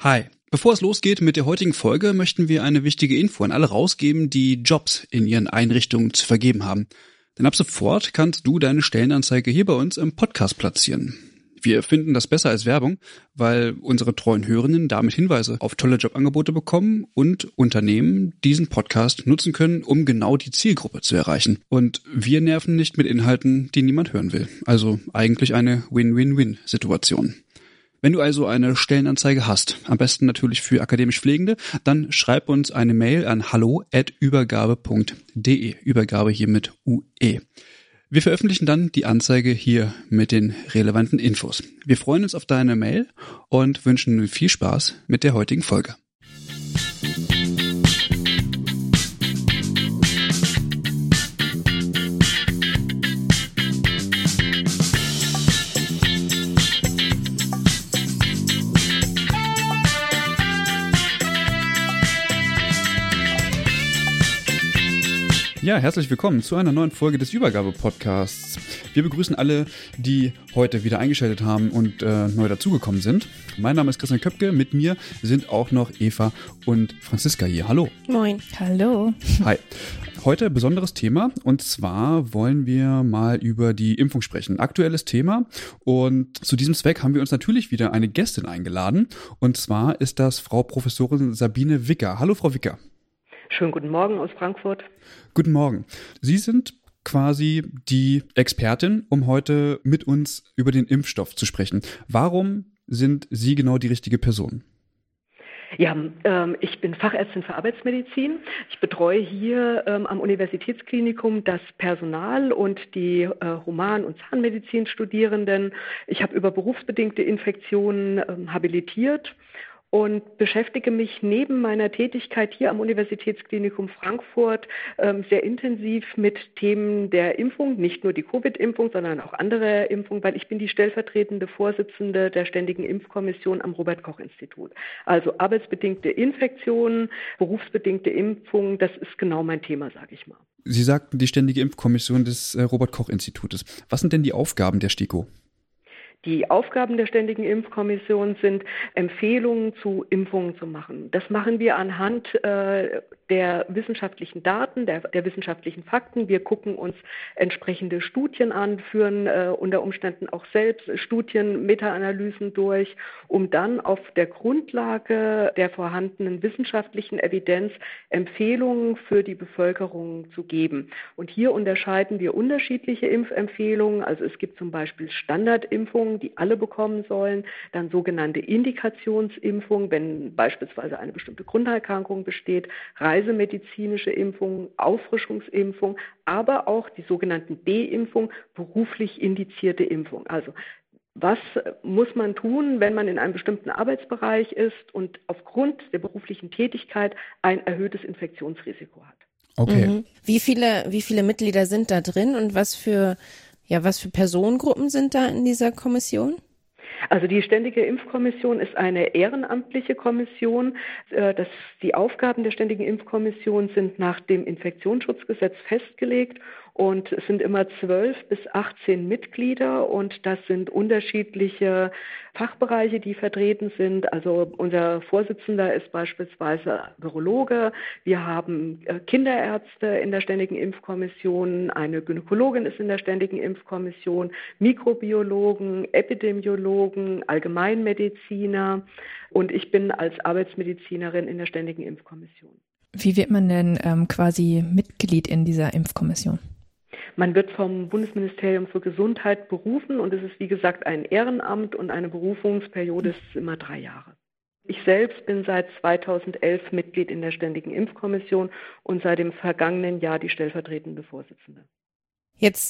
Hi. Bevor es losgeht mit der heutigen Folge, möchten wir eine wichtige Info an alle rausgeben, die Jobs in ihren Einrichtungen zu vergeben haben. Denn ab sofort kannst du deine Stellenanzeige hier bei uns im Podcast platzieren. Wir finden das besser als Werbung, weil unsere treuen Hörerinnen damit Hinweise auf tolle Jobangebote bekommen und Unternehmen diesen Podcast nutzen können, um genau die Zielgruppe zu erreichen. Und wir nerven nicht mit Inhalten, die niemand hören will. Also eigentlich eine Win-Win-Win-Situation. Wenn du also eine Stellenanzeige hast, am besten natürlich für akademisch Pflegende, dann schreib uns eine Mail an hallo@übergabe.de. Übergabe hier mit UE. Wir veröffentlichen dann die Anzeige hier mit den relevanten Infos. Wir freuen uns auf deine Mail und wünschen nun viel Spaß mit der heutigen Folge. Ja, herzlich willkommen zu einer neuen Folge des Übergabe-Podcasts. Wir begrüßen alle, die heute wieder eingeschaltet haben und neu dazugekommen sind. Mein Name ist Christian Köpke, mit mir sind auch noch Eva und Franziska hier. Hallo. Moin. Hallo. Hi. Heute besonderes Thema, und zwar wollen wir mal über die Impfung sprechen. Aktuelles Thema, und zu diesem Zweck haben wir uns natürlich wieder eine Gästin eingeladen, und zwar ist das Frau Professorin Sabine Wicker. Hallo, Frau Wicker. Schönen guten Morgen aus Frankfurt. Guten Morgen. Sie sind quasi die Expertin, um heute mit uns über den Impfstoff zu sprechen. Warum sind Sie genau die richtige Person? Ja, ich bin Fachärztin für Arbeitsmedizin. Ich betreue hier am Universitätsklinikum das Personal und die Human- und Zahnmedizin-Studierenden. Ich habe über berufsbedingte Infektionen habilitiert und beschäftige mich neben meiner Tätigkeit hier am Universitätsklinikum Frankfurt sehr intensiv mit Themen der Impfung, nicht nur die Covid-Impfung, sondern auch andere Impfungen, weil ich bin die stellvertretende Vorsitzende der Ständigen Impfkommission am Robert-Koch-Institut. Also arbeitsbedingte Infektionen, berufsbedingte Impfungen, das ist genau mein Thema, sage ich mal. Sie sagten die Ständige Impfkommission des Robert-Koch-Institutes. Was sind denn die Aufgaben der STIKO? Die Aufgaben der Ständigen Impfkommission sind, Empfehlungen zu Impfungen zu machen. Das machen wir anhand der wissenschaftlichen Daten, der wissenschaftlichen Fakten. Wir gucken uns entsprechende Studien an, führen unter Umständen auch selbst Studien, Meta-Analysen durch, um dann auf der Grundlage der vorhandenen wissenschaftlichen Evidenz Empfehlungen für die Bevölkerung zu geben. Und hier unterscheiden wir unterschiedliche Impfempfehlungen. Also es gibt zum Beispiel Standardimpfungen, die alle bekommen sollen, dann sogenannte Indikationsimpfungen, wenn beispielsweise eine bestimmte Grunderkrankung besteht, reisemedizinische Impfungen, Auffrischungsimpfungen, aber auch die sogenannten B-Impfungen, beruflich indizierte Impfungen. Also was muss man tun, wenn man in einem bestimmten Arbeitsbereich ist und aufgrund der beruflichen Tätigkeit ein erhöhtes Infektionsrisiko hat? Okay. Mhm. Wie viele Mitglieder sind da drin und was für Personengruppen sind da in dieser Kommission? Also die Ständige Impfkommission ist eine ehrenamtliche Kommission. Die Aufgaben der Ständigen Impfkommission sind nach dem Infektionsschutzgesetz festgelegt. Und es sind immer 12 bis 18 Mitglieder, und das sind unterschiedliche Fachbereiche, die vertreten sind. Also unser Vorsitzender ist beispielsweise Virologe. Wir haben Kinderärzte in der Ständigen Impfkommission, eine Gynäkologin ist in der Ständigen Impfkommission, Mikrobiologen, Epidemiologen, Allgemeinmediziner, und ich bin als Arbeitsmedizinerin in der Ständigen Impfkommission. Wie wird man denn quasi Mitglied in dieser Impfkommission? Man wird vom Bundesministerium für Gesundheit berufen, und es ist, wie gesagt, ein Ehrenamt, und eine Berufungsperiode ist immer 3 Jahre. Ich selbst bin seit 2011 Mitglied in der Ständigen Impfkommission und seit dem vergangenen Jahr die stellvertretende Vorsitzende. Jetzt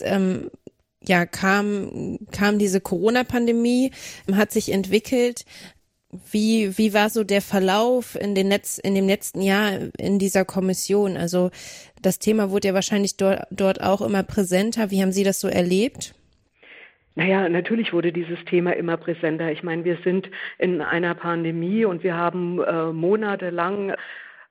kam diese Corona-Pandemie, hat sich entwickelt. Wie war so der Verlauf in dem letzten Jahr in dieser Kommission? Also das Thema wurde ja wahrscheinlich dort auch immer präsenter. Wie haben Sie das so erlebt? Naja, natürlich wurde dieses Thema immer präsenter. Ich meine, wir sind in einer Pandemie und wir haben monatelang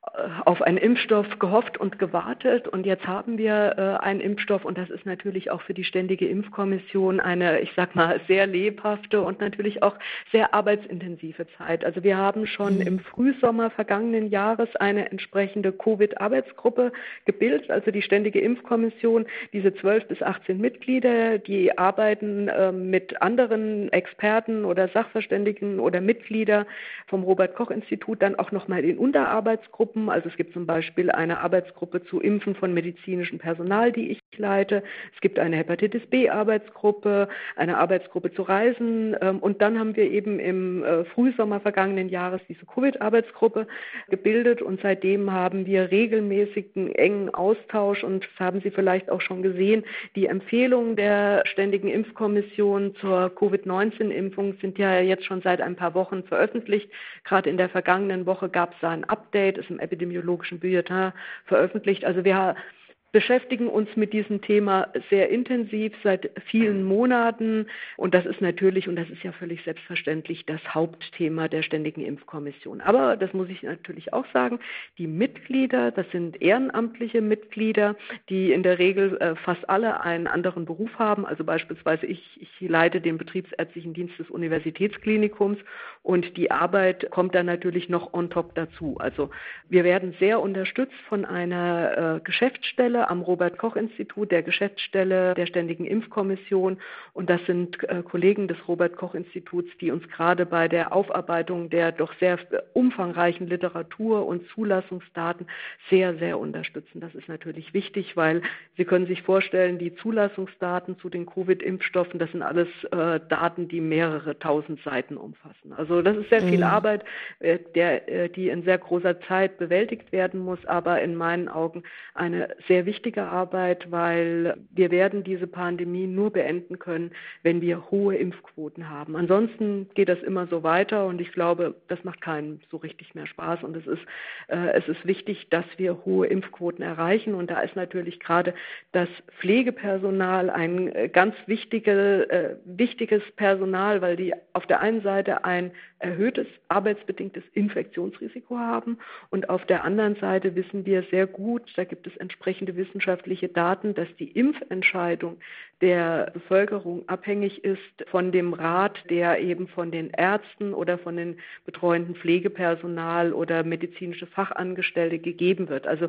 auf einen Impfstoff gehofft und gewartet und jetzt haben wir einen Impfstoff und das ist natürlich auch für die Ständige Impfkommission eine, ich sag mal, sehr lebhafte und natürlich auch sehr arbeitsintensive Zeit. Also wir haben schon im Frühsommer vergangenen Jahres eine entsprechende Covid-Arbeitsgruppe gebildet, also die Ständige Impfkommission, diese 12 bis 18 Mitglieder, die arbeiten mit anderen Experten oder Sachverständigen oder Mitglieder vom Robert-Koch-Institut dann auch nochmal in Unterarbeitsgruppen. Also es gibt zum Beispiel eine Arbeitsgruppe zu Impfen von medizinischem Personal, die ich leite. Es gibt eine Hepatitis-B-Arbeitsgruppe, eine Arbeitsgruppe zu Reisen. Und dann haben wir eben im Frühsommer vergangenen Jahres diese Covid-Arbeitsgruppe gebildet. Und seitdem haben wir regelmäßigen engen Austausch. Und das haben Sie vielleicht auch schon gesehen. Die Empfehlungen der Ständigen Impfkommission zur Covid-19-Impfung sind ja jetzt schon seit ein paar Wochen veröffentlicht. Gerade in der vergangenen Woche gab es da ein Update, ist im epidemiologischen Bulletin veröffentlicht. Also wir beschäftigen uns mit diesem Thema sehr intensiv seit vielen Monaten und das ist natürlich, und das ist ja völlig selbstverständlich, das Hauptthema der Ständigen Impfkommission. Aber, das muss ich natürlich auch sagen, die Mitglieder, das sind ehrenamtliche Mitglieder, die in der Regel fast alle einen anderen Beruf haben, also beispielsweise ich leite den betriebsärztlichen Dienst des Universitätsklinikums und die Arbeit kommt dann natürlich noch on top dazu. Also wir werden sehr unterstützt von einer Geschäftsstelle am Robert-Koch-Institut, der Geschäftsstelle der Ständigen Impfkommission. Und das sind Kollegen des Robert-Koch-Instituts, die uns gerade bei der Aufarbeitung der doch sehr umfangreichen Literatur und Zulassungsdaten sehr, sehr unterstützen. Das ist natürlich wichtig, weil Sie können sich vorstellen, die Zulassungsdaten zu den Covid-Impfstoffen, das sind alles Daten, die mehrere tausend Seiten umfassen. Also das ist sehr viel Arbeit, die in sehr großer Zeit bewältigt werden muss, aber in meinen Augen eine sehr wichtige Arbeit, weil wir werden diese Pandemie nur beenden können, wenn wir hohe Impfquoten haben. Ansonsten geht das immer so weiter und ich glaube, das macht keinem so richtig mehr Spaß und es ist wichtig, dass wir hohe Impfquoten erreichen und da ist natürlich gerade das Pflegepersonal ein ganz wichtiges Personal, weil die auf der einen Seite ein erhöhtes arbeitsbedingtes Infektionsrisiko haben und auf der anderen Seite wissen wir sehr gut, da gibt es entsprechende wissenschaftliche Daten, dass die Impfentscheidung der Bevölkerung abhängig ist von dem Rat, der eben von den Ärzten oder von den betreuenden Pflegepersonal oder medizinische Fachangestellte gegeben wird. Also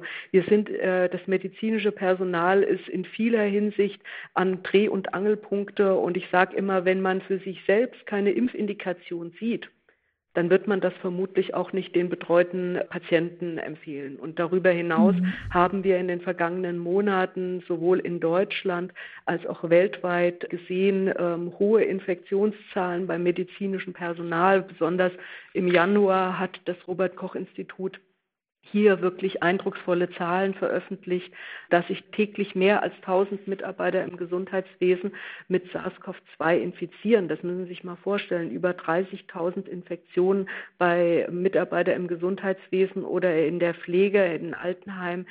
das medizinische Personal ist in vieler Hinsicht an Dreh- und Angelpunkte und ich sage immer, wenn man für sich selbst keine Impfindikation sieht, dann wird man das vermutlich auch nicht den betreuten Patienten empfehlen. Und darüber hinaus haben wir in den vergangenen Monaten sowohl in Deutschland als auch weltweit gesehen, hohe Infektionszahlen beim medizinischen Personal. Besonders im Januar hat das Robert-Koch-Institut hier wirklich eindrucksvolle Zahlen veröffentlicht, dass sich täglich mehr als 1000 Mitarbeiter im Gesundheitswesen mit SARS-CoV-2 infizieren. Das müssen Sie sich mal vorstellen, über 30.000 Infektionen bei Mitarbeitern im Gesundheitswesen oder in der Pflege, in Altenheimen.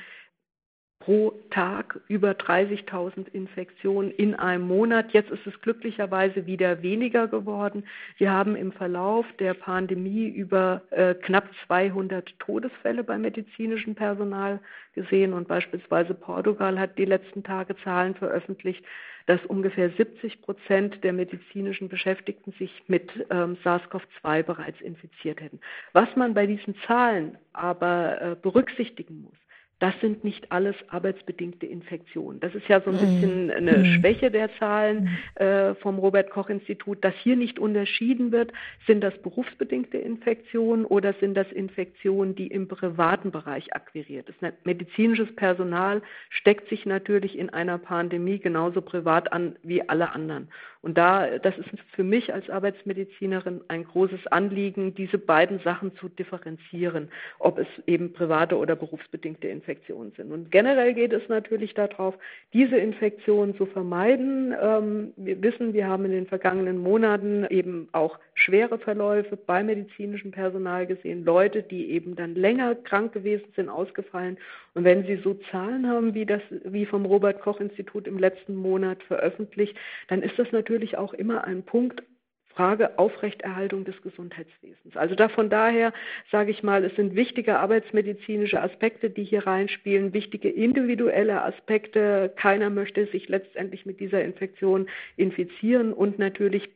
Pro Tag über 30.000 Infektionen in einem Monat. Jetzt ist es glücklicherweise wieder weniger geworden. Wir haben im Verlauf der Pandemie über knapp 200 Todesfälle beim medizinischen Personal gesehen und beispielsweise Portugal hat die letzten Tage Zahlen veröffentlicht, dass ungefähr 70% der medizinischen Beschäftigten sich mit SARS-CoV-2 bereits infiziert hätten. Was man bei diesen Zahlen aber berücksichtigen muss, das sind nicht alles arbeitsbedingte Infektionen. Das ist ja so ein bisschen eine Schwäche der Zahlen vom Robert-Koch-Institut, dass hier nicht unterschieden wird, sind das berufsbedingte Infektionen oder sind das Infektionen, die im privaten Bereich akquiriert sind. Medizinisches Personal steckt sich natürlich in einer Pandemie genauso privat an wie alle anderen. Und das ist für mich als Arbeitsmedizinerin ein großes Anliegen, diese beiden Sachen zu differenzieren, ob es eben private oder berufsbedingte Infektionen sind. Und generell geht es natürlich darauf, diese Infektionen zu vermeiden. Wir wissen, wir haben in den vergangenen Monaten eben auch schwere Verläufe bei medizinischem Personal gesehen, Leute, die eben dann länger krank gewesen sind, ausgefallen. Und wenn Sie so Zahlen haben, wie vom Robert-Koch-Institut im letzten Monat veröffentlicht, dann ist das natürlich auch immer ein Punkt, Frage Aufrechterhaltung des Gesundheitswesens. Also von daher sage ich mal, es sind wichtige arbeitsmedizinische Aspekte, die hier reinspielen, wichtige individuelle Aspekte. Keiner möchte sich letztendlich mit dieser Infektion infizieren und natürlich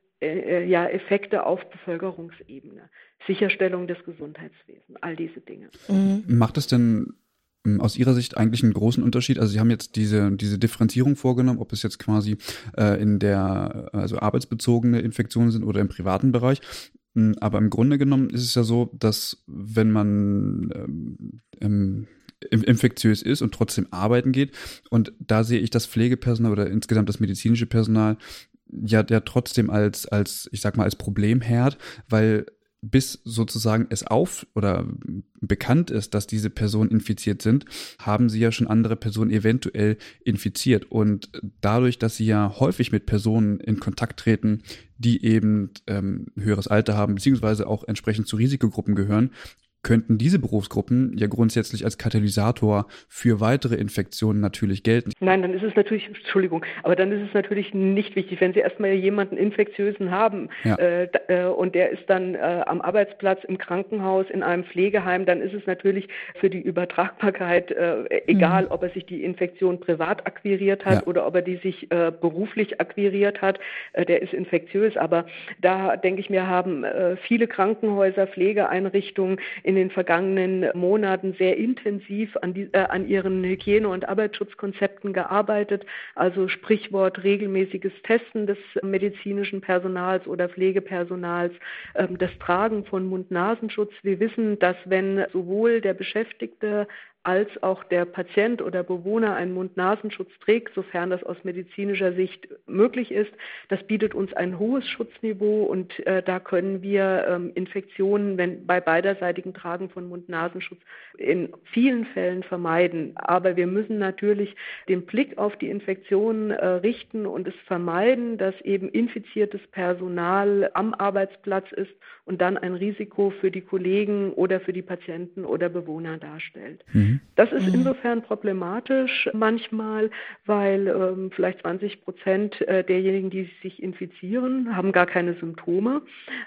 Effekte auf Bevölkerungsebene, Sicherstellung des Gesundheitswesens, all diese Dinge. Macht es denn aus Ihrer Sicht eigentlich einen großen Unterschied? Also Sie haben jetzt diese Differenzierung vorgenommen, ob es jetzt quasi also arbeitsbezogene Infektionen sind oder im privaten Bereich. Aber im Grunde genommen ist es ja so, dass wenn man infektiös ist und trotzdem arbeiten geht, und da sehe ich das Pflegepersonal oder insgesamt das medizinische Personal ja trotzdem als ich sag mal als Problemherd, weil bis sozusagen es oder bekannt ist, dass diese Personen infiziert sind, haben sie ja schon andere Personen eventuell infiziert. Und dadurch, dass sie ja häufig mit Personen in Kontakt treten, die eben höheres Alter haben, beziehungsweise auch entsprechend zu Risikogruppen gehören, könnten diese Berufsgruppen ja grundsätzlich als Katalysator für weitere Infektionen natürlich gelten. Nein, dann ist es natürlich, aber dann ist es natürlich nicht wichtig, wenn Sie erstmal jemanden Infektiösen haben und der ist dann am Arbeitsplatz, im Krankenhaus, in einem Pflegeheim, dann ist es natürlich für die Übertragbarkeit egal, ob er sich die Infektion privat akquiriert hat oder ob er die sich beruflich akquiriert hat, der ist infektiös. Aber da denke ich mir, haben viele Krankenhäuser, Pflegeeinrichtungen in den vergangenen Monaten sehr intensiv an ihren Hygiene- und Arbeitsschutzkonzepten gearbeitet. Also Sprichwort regelmäßiges Testen des medizinischen Personals oder Pflegepersonals, das Tragen von Mund-Nasenschutz. Wir wissen, dass wenn sowohl der Beschäftigte als auch der Patient oder Bewohner einen Mund-Nasenschutz trägt, sofern das aus medizinischer Sicht möglich ist. Das bietet uns ein hohes Schutzniveau und da können wir Infektionen bei beiderseitigen Tragen von Mund-Nasenschutz in vielen Fällen vermeiden. Aber wir müssen natürlich den Blick auf die Infektionen richten und es vermeiden, dass eben infiziertes Personal am Arbeitsplatz ist und dann ein Risiko für die Kollegen oder für die Patienten oder Bewohner darstellt. Das ist insofern problematisch manchmal, weil vielleicht 20% derjenigen, die sich infizieren, haben gar keine Symptome.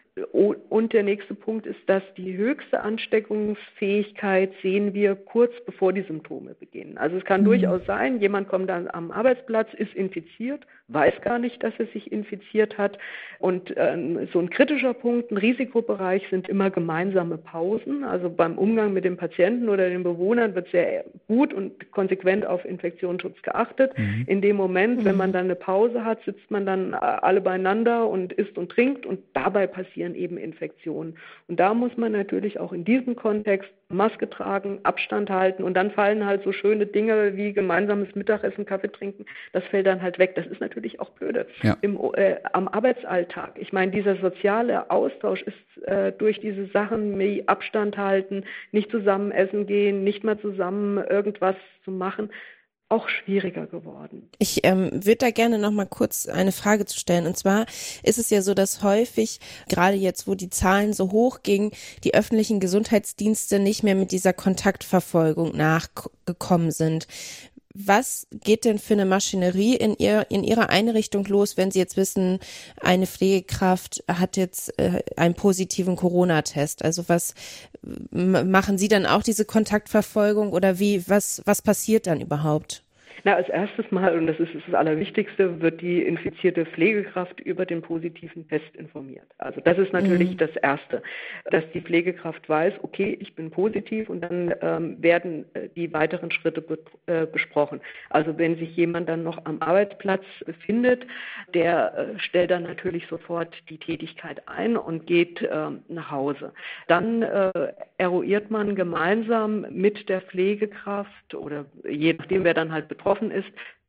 Und der nächste Punkt ist, dass die höchste Ansteckungsfähigkeit sehen wir kurz bevor die Symptome beginnen. Also es kann durchaus sein, jemand kommt dann am Arbeitsplatz, ist infiziert, weiß gar nicht, dass er sich infiziert hat. Und so ein kritischer Punkt, ein Risikobereich sind immer gemeinsame Pausen. Also beim Umgang mit dem Patienten oder den Bewohnern wird sehr gut und konsequent auf Infektionsschutz geachtet. In dem Moment, wenn man dann eine Pause hat, sitzt man dann alle beieinander und isst und trinkt und dabei passieren eben Infektionen. Und da muss man natürlich auch in diesem Kontext Maske tragen, Abstand halten und dann fallen halt so schöne Dinge wie gemeinsames Mittagessen, Kaffee trinken, das fällt dann halt weg. Das ist natürlich auch blöde am Arbeitsalltag. Ich meine, dieser soziale Austausch ist durch diese Sachen wie Abstand halten, nicht zusammen essen gehen, nicht mal zusammen irgendwas zu machen, auch schwieriger geworden. Ich würde da gerne noch mal kurz eine Frage zu stellen. Und zwar ist es ja so, dass häufig, gerade jetzt, wo die Zahlen so hoch gingen, die öffentlichen Gesundheitsdienste nicht mehr mit dieser Kontaktverfolgung nachgekommen sind. Was geht denn für eine Maschinerie in Ihrer Einrichtung los, wenn Sie jetzt wissen, eine Pflegekraft hat jetzt einen positiven Corona-Test? Also was machen Sie dann auch diese Kontaktverfolgung oder was passiert dann überhaupt? Na, als erstes Mal, und das ist das Allerwichtigste, wird die infizierte Pflegekraft über den positiven Test informiert. Also das ist natürlich das Erste, dass die Pflegekraft weiß, okay, ich bin positiv und dann werden die weiteren Schritte besprochen. Also wenn sich jemand dann noch am Arbeitsplatz befindet, der stellt dann natürlich sofort die Tätigkeit ein und geht nach Hause. Dann eruiert man gemeinsam mit der Pflegekraft oder je nachdem, wer dann halt betroffen ist,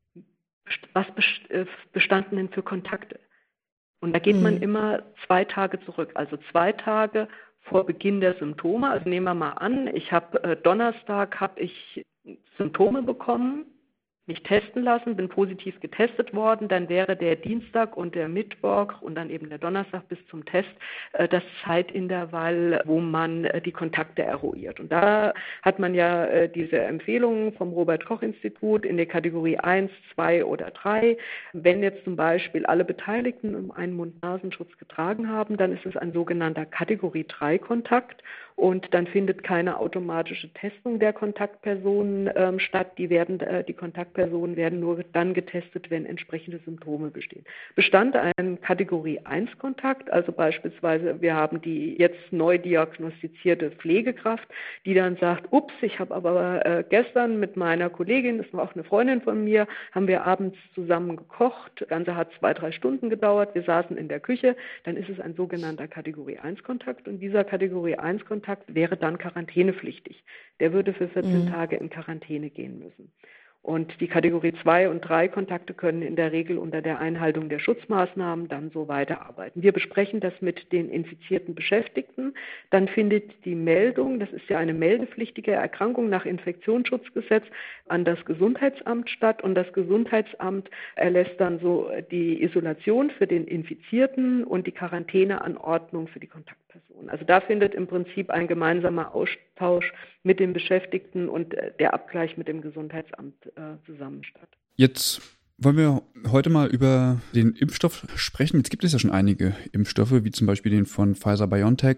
was bestanden denn für Kontakte? Und da geht man immer 2 Tage zurück, also 2 Tage vor Beginn der Symptome. Also nehmen wir mal an, ich habe Donnerstag habe ich Symptome bekommen, mich testen lassen, bin positiv getestet worden, dann wäre der Dienstag und der Mittwoch und dann eben der Donnerstag bis zum Test das Zeitintervall, wo man die Kontakte eruiert. Und da hat man ja diese Empfehlungen vom Robert-Koch-Institut in der Kategorie 1, 2 oder 3. Wenn jetzt zum Beispiel alle Beteiligten einen Mund-Nasenschutz getragen haben, dann ist es ein sogenannter Kategorie 3 Kontakt. Und dann findet keine automatische Testung der Kontaktpersonen statt. Die Kontaktpersonen werden nur dann getestet, wenn entsprechende Symptome bestehen. Bestand ein Kategorie 1 Kontakt, also beispielsweise wir haben die jetzt neu diagnostizierte Pflegekraft, die dann sagt, ups, ich habe aber gestern mit meiner Kollegin, das war auch eine Freundin von mir, haben wir abends zusammen gekocht. Das Ganze hat 2-3 Stunden gedauert. Wir saßen in der Küche. Dann ist es ein sogenannter Kategorie 1 Kontakt und dieser Kategorie 1 Kontakt wäre dann quarantänepflichtig. Der würde für 14 Tage in Quarantäne gehen müssen. Und die Kategorie 2 und 3 Kontakte können in der Regel unter der Einhaltung der Schutzmaßnahmen dann so weiterarbeiten. Wir besprechen das mit den infizierten Beschäftigten. Dann findet die Meldung, das ist ja eine meldepflichtige Erkrankung nach Infektionsschutzgesetz, an das Gesundheitsamt statt. Und das Gesundheitsamt erlässt dann so die Isolation für den Infizierten und die Quarantäneanordnung für die Kontaktperson. Also da findet im Prinzip ein gemeinsamer Austausch mit den Beschäftigten und der Abgleich mit dem Gesundheitsamt zusammen statt. Jetzt wollen wir heute mal über den Impfstoff sprechen. Jetzt gibt es ja schon einige Impfstoffe, wie zum Beispiel den von Pfizer-BioNTech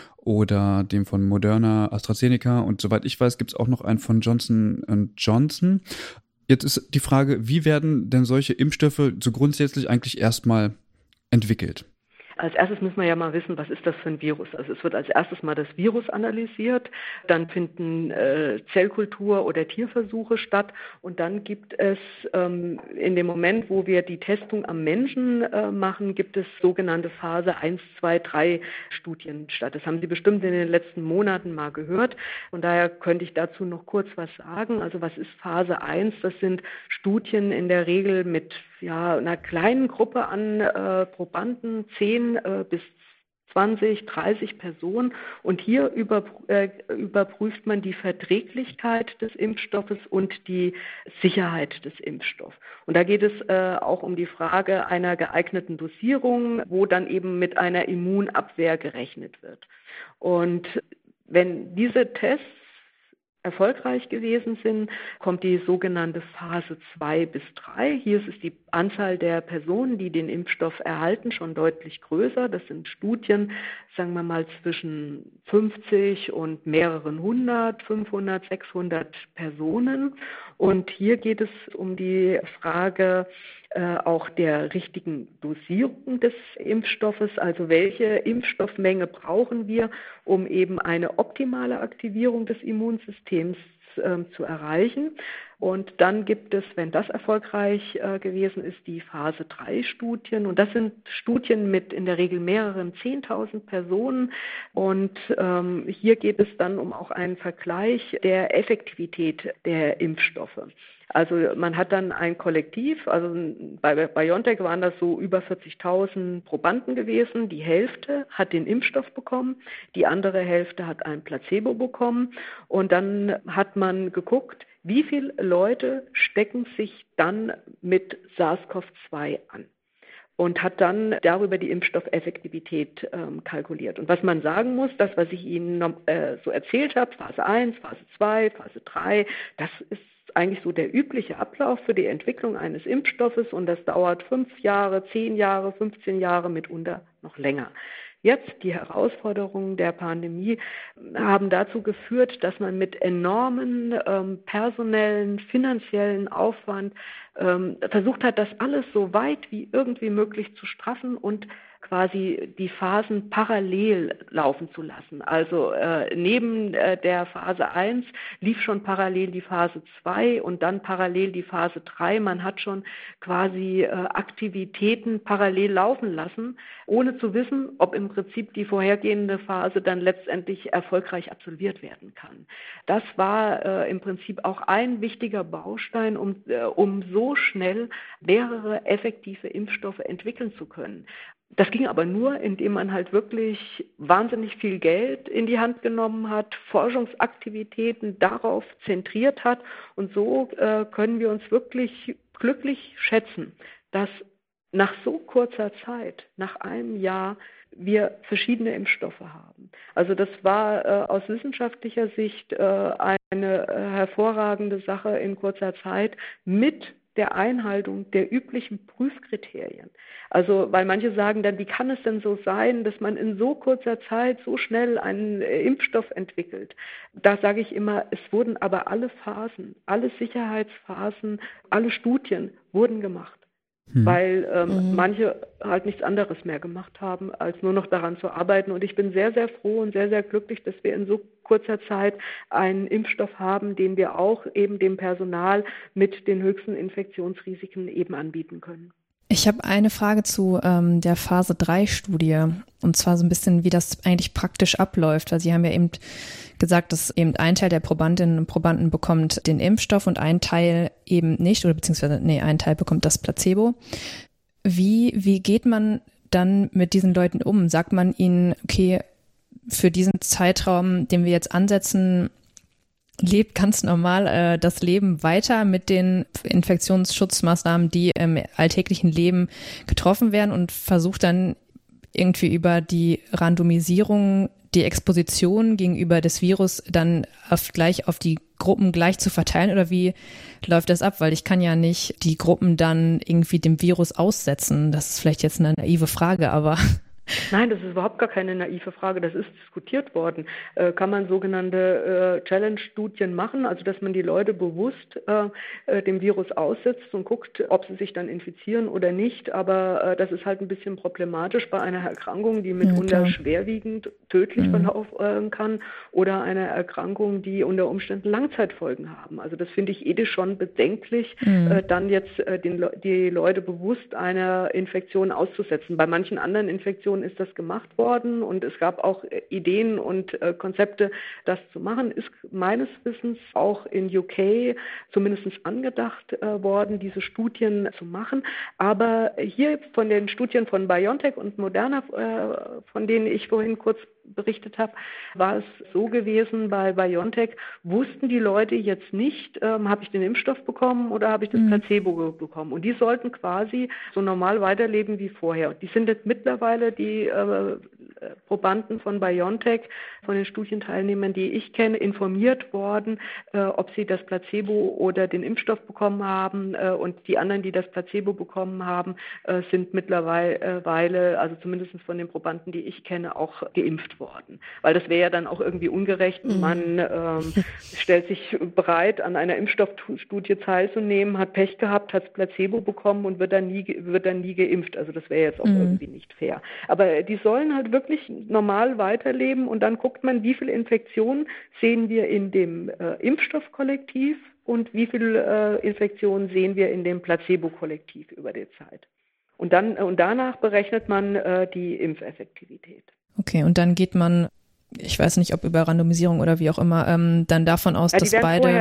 oder den von Moderna, AstraZeneca und soweit ich weiß, gibt es auch noch einen von Johnson & Johnson. Jetzt ist die Frage, wie werden denn solche Impfstoffe so grundsätzlich eigentlich erstmal entwickelt? Als erstes muss man ja mal wissen, was ist das für ein Virus. Also es wird als erstes mal das Virus analysiert, dann finden Zellkultur- oder Tierversuche statt und dann gibt es in dem Moment, wo wir die Testung am Menschen machen, gibt es sogenannte Phase 1, 2, 3 Studien statt. Das haben Sie bestimmt in den letzten Monaten mal gehört und daher könnte ich dazu noch kurz was sagen. Also was ist Phase 1? Das sind Studien in der Regel mit einer kleinen Gruppe an Probanden, 10 bis 20, 30 Personen. Und hier überprüft man die Verträglichkeit des Impfstoffes und die Sicherheit des Impfstoffs. Und da geht es auch um die Frage einer geeigneten Dosierung, wo dann eben mit einer Immunabwehr gerechnet wird. Und wenn diese Tests erfolgreich gewesen sind, kommt die sogenannte Phase 2 bis 3. Hier ist die Anzahl der Personen, die den Impfstoff erhalten, schon deutlich größer. Das sind Studien, sagen wir mal, zwischen 50 und mehreren 100, 500, 600 Personen. Und hier geht es um die Frage auch der richtigen Dosierung des Impfstoffes, also welche Impfstoffmenge brauchen wir, um eben eine optimale Aktivierung des Immunsystems zu erreichen. Und dann gibt es, wenn das erfolgreich gewesen ist, die Phase 3 Studien. Und das sind Studien mit in der Regel mehreren 10.000 Personen. Und hier geht es dann um auch einen Vergleich der Effektivität der Impfstoffe. Also man hat dann ein Kollektiv, also bei BioNTech waren das so über 40.000 Probanden gewesen. Die Hälfte hat den Impfstoff bekommen, die andere Hälfte hat ein Placebo bekommen. Und dann hat man geguckt, wie viele Leute stecken sich dann mit SARS-CoV-2 an und hat dann darüber die Impfstoffeffektivität kalkuliert. Und was man sagen muss, das, was ich Ihnen so erzählt habe, Phase 1, Phase 2, Phase 3, das ist eigentlich so der übliche Ablauf für die Entwicklung eines Impfstoffes und das dauert 5 Jahre, 10 Jahre, 15 Jahre, mitunter noch länger. Jetzt die Herausforderungen der Pandemie haben dazu geführt, dass man mit enormen personellen, finanziellen Aufwand versucht hat, das alles so weit wie irgendwie möglich zu straffen und quasi die Phasen parallel laufen zu lassen. Also neben der Phase 1 lief schon parallel die Phase 2 und dann parallel die Phase 3. Man hat schon quasi Aktivitäten parallel laufen lassen, ohne zu wissen, ob im Prinzip die vorhergehende Phase dann letztendlich erfolgreich absolviert werden kann. Das war im Prinzip auch ein wichtiger Baustein, um so schnell mehrere effektive Impfstoffe entwickeln zu können. Das ging aber nur, indem man halt wirklich wahnsinnig viel Geld in die Hand genommen hat, Forschungsaktivitäten darauf zentriert hat. Und so können wir uns wirklich glücklich schätzen, dass nach so kurzer Zeit, nach einem Jahr, wir verschiedene Impfstoffe haben. Also das war aus wissenschaftlicher Sicht eine hervorragende Sache in kurzer Zeit mit der Einhaltung der üblichen Prüfkriterien. Also, weil manche sagen dann, wie kann es denn so sein, dass man in so kurzer Zeit so schnell einen Impfstoff entwickelt? Da sage ich immer, es wurden aber alle Phasen, alle Sicherheitsphasen, alle Studien wurden gemacht. Weil manche halt nichts anderes mehr gemacht haben, als nur noch daran zu arbeiten. Und ich bin sehr, sehr froh und sehr, sehr glücklich, dass wir in so kurzer Zeit einen Impfstoff haben, den wir auch eben dem Personal mit den höchsten Infektionsrisiken eben anbieten können. Ich habe eine Frage zu der Phase-3-Studie, und zwar so ein bisschen, wie das eigentlich praktisch abläuft, weil Sie haben ja eben gesagt, dass eben ein Teil der Probandinnen und Probanden bekommt den Impfstoff und ein Teil eben nicht, oder beziehungsweise, ein Teil bekommt das Placebo. Wie geht man dann mit diesen Leuten um? Sagt man ihnen, okay, für diesen Zeitraum, den wir jetzt ansetzen, lebt ganz normal das Leben weiter mit den Infektionsschutzmaßnahmen, die im alltäglichen Leben getroffen werden, und versucht dann irgendwie über die Randomisierung die Exposition gegenüber des Virus dann gleich auf die Gruppen gleich zu verteilen, oder wie läuft das ab? Weil ich kann ja nicht die Gruppen dann irgendwie dem Virus aussetzen. Das ist vielleicht jetzt eine naive Frage, aber... Nein, das ist überhaupt gar keine naive Frage. Das ist diskutiert worden. Kann man sogenannte Challenge-Studien machen, also dass man die Leute bewusst dem Virus aussetzt und guckt, ob sie sich dann infizieren oder nicht. Aber das ist halt ein bisschen problematisch bei einer Erkrankung, die mitunter schwerwiegend tödlich verlaufen kann, oder einer Erkrankung, die unter Umständen Langzeitfolgen haben. Also das finde ich ethisch schon bedenklich, dann jetzt die Leute bewusst einer Infektion auszusetzen. Bei manchen anderen Infektionen ist das gemacht worden, und es gab auch Ideen und Konzepte, das zu machen. Ist meines Wissens auch in UK zumindest angedacht worden, diese Studien zu machen. Aber hier von den Studien von BioNTech und Moderna, von denen ich vorhin kurz berichtet habe, war es so gewesen, bei BioNTech wussten die Leute jetzt nicht, habe ich den Impfstoff bekommen oder habe ich das Placebo bekommen. Und die sollten quasi so normal weiterleben wie vorher. Die sind jetzt mittlerweile, die Probanden von BioNTech, von den Studienteilnehmern, die ich kenne, informiert worden, ob sie das Placebo oder den Impfstoff bekommen haben. Und die anderen, die das Placebo bekommen haben, sind mittlerweile, also zumindest von den Probanden, die ich kenne, auch geimpft worden. Weil das wäre ja dann auch irgendwie ungerecht. Man stellt sich bereit, an einer Impfstoffstudie teilzunehmen, hat Pech gehabt, hat das Placebo bekommen und wird dann nie geimpft. Also das wäre jetzt auch irgendwie nicht fair. Aber die sollen halt wirklich normal weiterleben, und dann guckt man, wie viele Infektionen sehen wir in dem Impfstoffkollektiv und wie viele Infektionen sehen wir in dem Placebo-Kollektiv über die Zeit. Und danach berechnet man die Impfeffektivität. Okay, und dann geht man, ich weiß nicht, ob über Randomisierung oder wie auch immer, dann davon aus, dass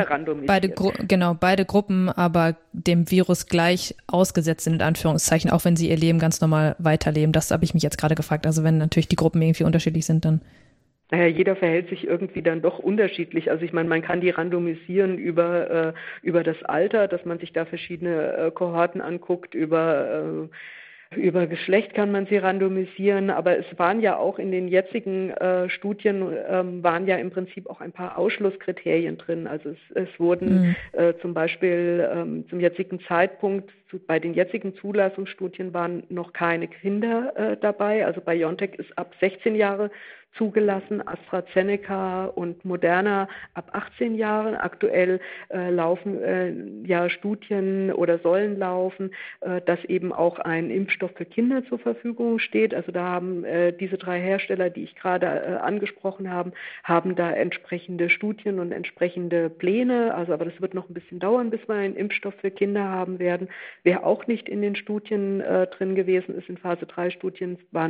beide Gruppen aber dem Virus gleich ausgesetzt sind, in Anführungszeichen, auch wenn sie ihr Leben ganz normal weiterleben. Das habe ich mich jetzt gerade gefragt. Also wenn natürlich die Gruppen irgendwie unterschiedlich sind, dann... Naja, jeder verhält sich irgendwie dann doch unterschiedlich. Also ich meine, man kann die randomisieren über das Alter, dass man sich da verschiedene Kohorten anguckt, über Geschlecht kann man sie randomisieren, aber es waren ja auch in den jetzigen Studien waren ja im Prinzip auch ein paar Ausschlusskriterien drin. Also es wurden zum Beispiel zum jetzigen Zeitpunkt, bei den jetzigen Zulassungsstudien waren noch keine Kinder dabei. Also BioNTech ist ab 16 Jahre zugelassen, AstraZeneca und Moderna ab 18 Jahren. Aktuell laufen ja Studien oder sollen laufen, dass eben auch ein Impfstoff für Kinder zur Verfügung steht. Also da haben diese drei Hersteller, die ich gerade angesprochen habe, haben da entsprechende Studien und entsprechende Pläne. Also aber das wird noch ein bisschen dauern, bis wir einen Impfstoff für Kinder haben werden. Wer auch nicht in den Studien drin gewesen ist, in Phase 3 Studien, waren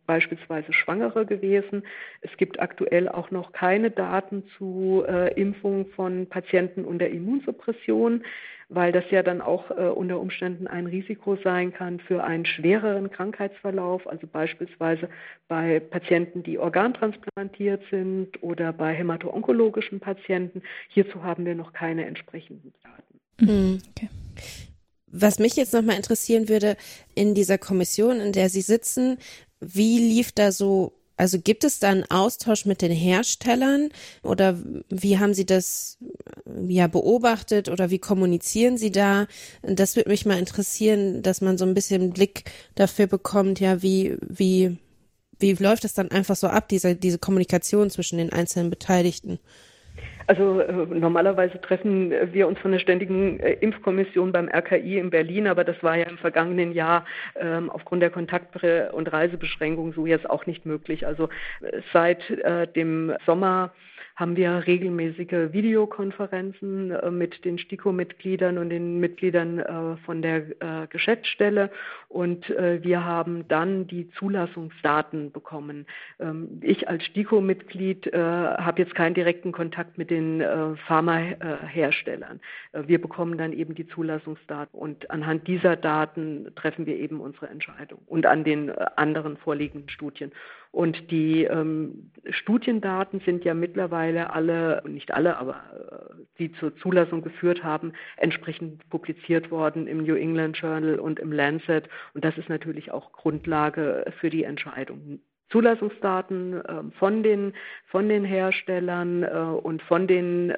beispielsweise Schwangere gewesen. Es gibt aktuell auch noch keine Daten zu Impfung von Patienten unter Immunsuppression, weil das ja dann auch unter Umständen ein Risiko sein kann für einen schwereren Krankheitsverlauf, also beispielsweise bei Patienten, die organtransplantiert sind oder bei hämato-onkologischen Patienten. Hierzu haben wir noch keine entsprechenden Daten. Okay. Was mich jetzt nochmal interessieren würde, in dieser Kommission, in der Sie sitzen, wie lief da so, also gibt es da einen Austausch mit den Herstellern oder wie haben Sie das beobachtet oder wie kommunizieren Sie da? Das würde mich mal interessieren, dass man so ein bisschen einen Blick dafür bekommt, wie läuft das dann einfach so ab, diese Kommunikation zwischen den einzelnen Beteiligten? Also normalerweise treffen wir uns von der Ständigen Impfkommission beim RKI in Berlin, aber das war ja im vergangenen Jahr aufgrund der Kontakt- und Reisebeschränkungen so jetzt auch nicht möglich. Also seit dem Sommer haben wir regelmäßige Videokonferenzen mit den STIKO-Mitgliedern und den Mitgliedern von der Geschäftsstelle und wir haben dann die Zulassungsdaten bekommen. Ich als STIKO-Mitglied habe jetzt keinen direkten Kontakt mit den Pharmaherstellern. Wir bekommen dann eben die Zulassungsdaten und anhand dieser Daten treffen wir eben unsere Entscheidung und an den anderen vorliegenden Studien. Und die Studiendaten sind ja mittlerweile alle, nicht alle, aber die zur Zulassung geführt haben, entsprechend publiziert worden im New England Journal und im Lancet. Und das ist natürlich auch Grundlage für die Entscheidung. Zulassungsdaten von den Herstellern und von den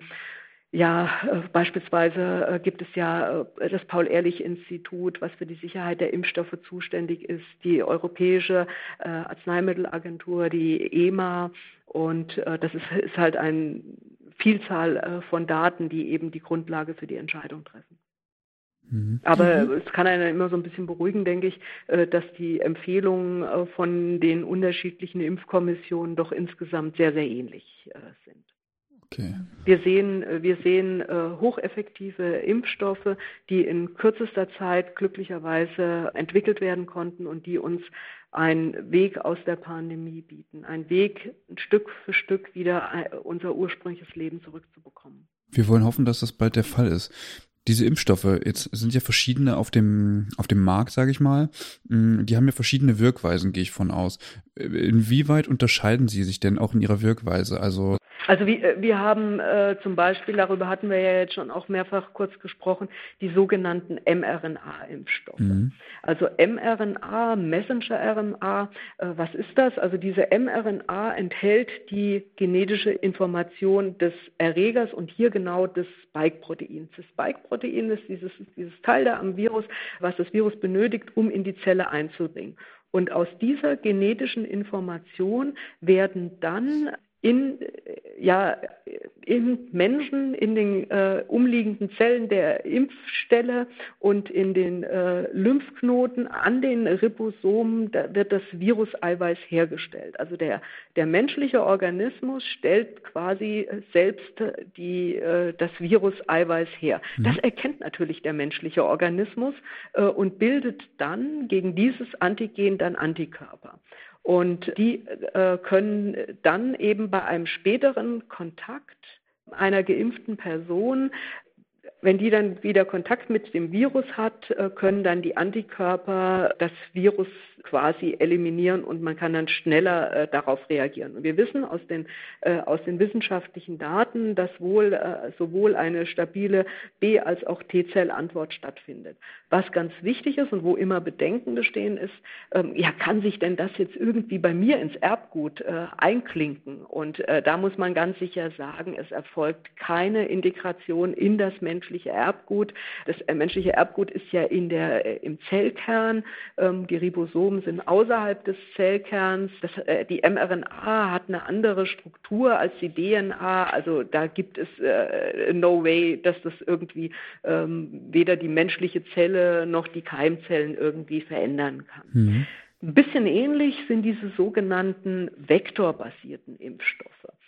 beispielsweise gibt es ja das Paul-Ehrlich-Institut, was für die Sicherheit der Impfstoffe zuständig ist, die Europäische Arzneimittelagentur, die EMA und das ist halt eine Vielzahl von Daten, die eben die Grundlage für die Entscheidung treffen. Aber es kann einen immer so ein bisschen beruhigen, denke ich, dass die Empfehlungen von den unterschiedlichen Impfkommissionen doch insgesamt sehr, sehr ähnlich sind. Okay. Wir sehen hocheffektive Impfstoffe, die in kürzester Zeit glücklicherweise entwickelt werden konnten und die uns einen Weg aus der Pandemie bieten, einen Weg, Stück für Stück wieder unser ursprüngliches Leben zurückzubekommen. Wir wollen hoffen, dass das bald der Fall ist. Diese Impfstoffe, jetzt sind ja verschiedene auf dem Markt, sage ich mal. Die haben ja verschiedene Wirkweisen, gehe ich von aus. Inwieweit unterscheiden sie sich denn auch in ihrer Wirkweise? Also wir haben zum Beispiel, darüber hatten wir ja jetzt schon auch mehrfach kurz gesprochen, die sogenannten mRNA-Impfstoffe. Also mRNA, Messenger-RNA, was ist das? Also diese mRNA enthält die genetische Information des Erregers und hier genau des Spike-Proteins. Das Spike-Protein ist dieses Teil da am Virus, was das Virus benötigt, um in die Zelle einzudringen. Und aus dieser genetischen Information werden dann in Menschen, in den umliegenden Zellen der Impfstelle und in den Lymphknoten an den Ribosomen, da wird das Viruseiweiß hergestellt. Also der menschliche Organismus stellt quasi selbst das Viruseiweiß her. Das erkennt natürlich der menschliche Organismus und bildet dann gegen dieses Antigen dann Antikörper. Und die können dann eben bei einem späteren Kontakt einer geimpften Person, wenn die dann wieder Kontakt mit dem Virus hat, können dann die Antikörper das Virus quasi eliminieren und man kann dann schneller darauf reagieren. Und wir wissen aus den wissenschaftlichen Daten, dass sowohl eine stabile B- als auch T-Zell-Antwort stattfindet. Was ganz wichtig ist und wo immer Bedenken bestehen ist, kann sich denn das jetzt irgendwie bei mir ins Erbgut einklinken? Und da muss man ganz sicher sagen, es erfolgt keine Integration in das menschliche Erbgut. Das menschliche Erbgut ist ja im Zellkern. Die Ribosomen sind außerhalb des Zellkerns. Die mRNA hat eine andere Struktur als die DNA. Also da gibt es no way, dass das irgendwie weder die menschliche Zelle noch die Keimzellen irgendwie verändern kann. Ein bisschen ähnlich sind diese sogenannten vektorbasierten Impfstoffe.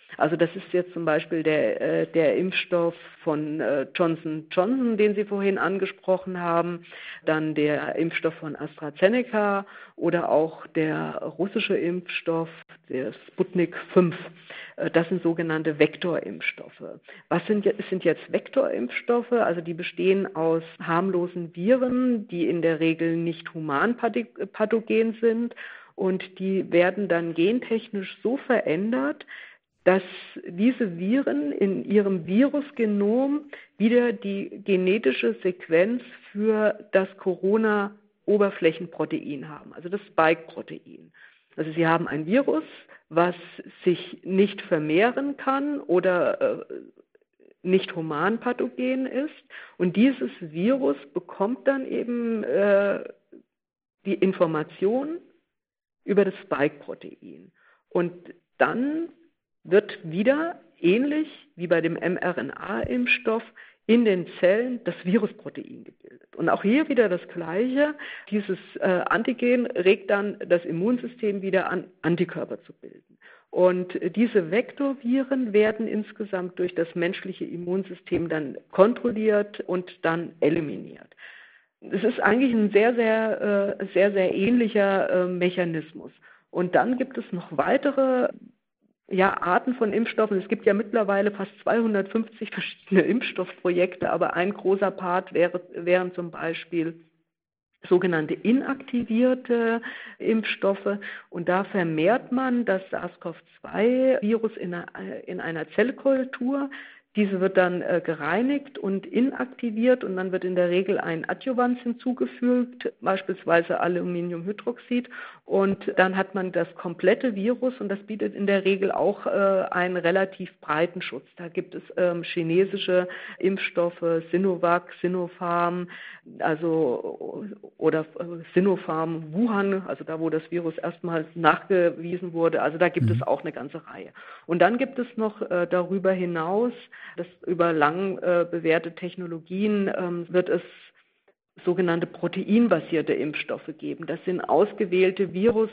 Also das ist jetzt zum Beispiel der Impfstoff von Johnson & Johnson, den Sie vorhin angesprochen haben, dann der Impfstoff von AstraZeneca oder auch der russische Impfstoff, der Sputnik 5. Das sind sogenannte Vektorimpfstoffe. Was sind jetzt Vektorimpfstoffe? Also die bestehen aus harmlosen Viren, die in der Regel nicht humanpathogen sind, und die werden dann gentechnisch so verändert, dass diese Viren in ihrem Virusgenom wieder die genetische Sequenz für das Corona-Oberflächenprotein haben, also das Spike-Protein. Also Sie haben ein Virus, was sich nicht vermehren kann oder nicht humanpathogen ist, und dieses Virus bekommt dann eben die Information über das Spike-Protein. Und dann wird wieder, ähnlich wie bei dem mRNA-Impfstoff, in den Zellen das Virusprotein gebildet. Und auch hier wieder das Gleiche. Dieses Antigen regt dann das Immunsystem wieder an, Antikörper zu bilden. Und diese Vektorviren werden insgesamt durch das menschliche Immunsystem dann kontrolliert und dann eliminiert. Es ist eigentlich ein sehr ähnlicher Mechanismus. Und dann gibt es noch weitere Arten von Impfstoffen. Es gibt ja mittlerweile fast 250 verschiedene Impfstoffprojekte, aber ein großer Part wären zum Beispiel sogenannte inaktivierte Impfstoffe. Und da vermehrt man das SARS-CoV-2-Virus in einer Zellkultur. Diese wird dann gereinigt und inaktiviert, und dann wird in der Regel ein Adjuvans hinzugefügt, beispielsweise Aluminiumhydroxid, und dann hat man das komplette Virus, und das bietet in der Regel auch einen relativ breiten Schutz. Da gibt es chinesische Impfstoffe, Sinovac, Sinopharm, oder Sinopharm Wuhan, also da, wo das Virus erstmals nachgewiesen wurde. Also da gibt es auch eine ganze Reihe. Und dann gibt es noch darüber hinaus, das über lang bewährte Technologien, wird es sogenannte proteinbasierte Impfstoffe geben. Das sind ausgewählte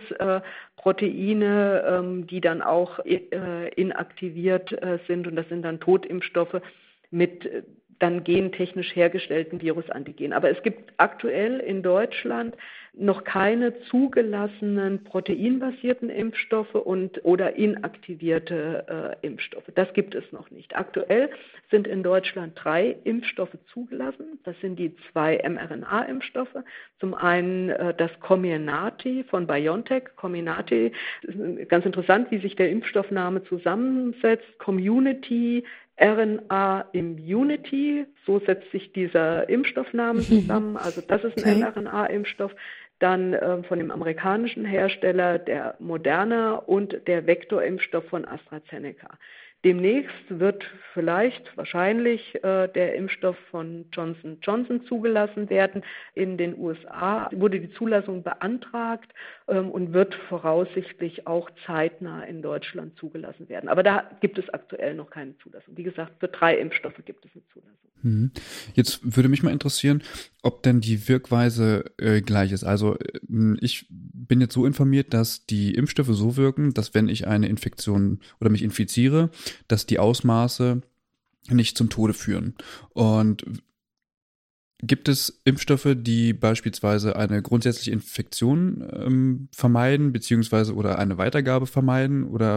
Virusproteine, die dann auch inaktiviert sind, und das sind dann Totimpfstoffe mit dann gentechnisch hergestellten Virusantigen. Aber es gibt aktuell in Deutschland noch keine zugelassenen proteinbasierten Impfstoffe oder inaktivierte Impfstoffe. Das gibt es noch nicht. Aktuell sind in Deutschland 3 Impfstoffe zugelassen. Das sind die 2 mRNA-Impfstoffe. Zum einen das Comirnaty von BioNTech. Comirnaty ist ganz interessant, wie sich der Impfstoffname zusammensetzt. Community RNA Immunity, so setzt sich dieser Impfstoffname zusammen. Also das ist ein mRNA-Impfstoff. Dann von dem amerikanischen Hersteller der Moderna und der Vektorimpfstoff von AstraZeneca. Demnächst wird wahrscheinlich der Impfstoff von Johnson & Johnson zugelassen werden. In den USA wurde die Zulassung beantragt und wird voraussichtlich auch zeitnah in Deutschland zugelassen werden. Aber da gibt es aktuell noch keine Zulassung. Wie gesagt, für 3 Impfstoffe gibt es eine Zulassung. Jetzt würde mich mal interessieren, ob denn die Wirkweise gleich ist. Also ich bin jetzt so informiert, dass die Impfstoffe so wirken, dass wenn ich eine Infektion oder mich infiziere, dass die Ausmaße nicht zum Tode führen. Und gibt es Impfstoffe, die beispielsweise eine grundsätzliche Infektion vermeiden, beziehungsweise oder eine Weitergabe vermeiden, oder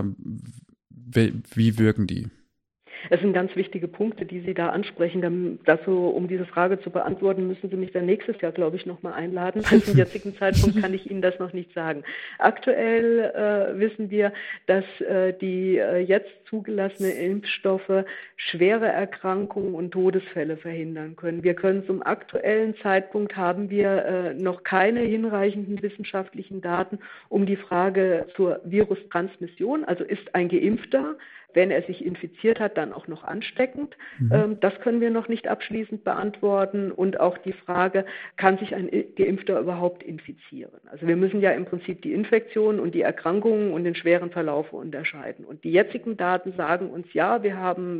wie wirken die? Es sind ganz wichtige Punkte, die Sie da ansprechen. Um diese Frage zu beantworten, müssen Sie mich dann nächstes Jahr, glaube ich, nochmal einladen. Zum jetzigen Zeitpunkt kann ich Ihnen das noch nicht sagen. Aktuell wissen wir, dass die jetzt zugelassenen Impfstoffe schwere Erkrankungen und Todesfälle verhindern können. Wir können zum aktuellen Zeitpunkt haben wir noch keine hinreichenden wissenschaftlichen Daten um die Frage zur Virustransmission. Also ist ein Geimpfter, wenn er sich infiziert hat, dann auch noch ansteckend? Das können wir noch nicht abschließend beantworten. Und auch die Frage, kann sich ein Geimpfter überhaupt infizieren? Also wir müssen ja im Prinzip die Infektion und die Erkrankungen und den schweren Verlauf unterscheiden. Und die jetzigen Daten sagen uns, ja, wir haben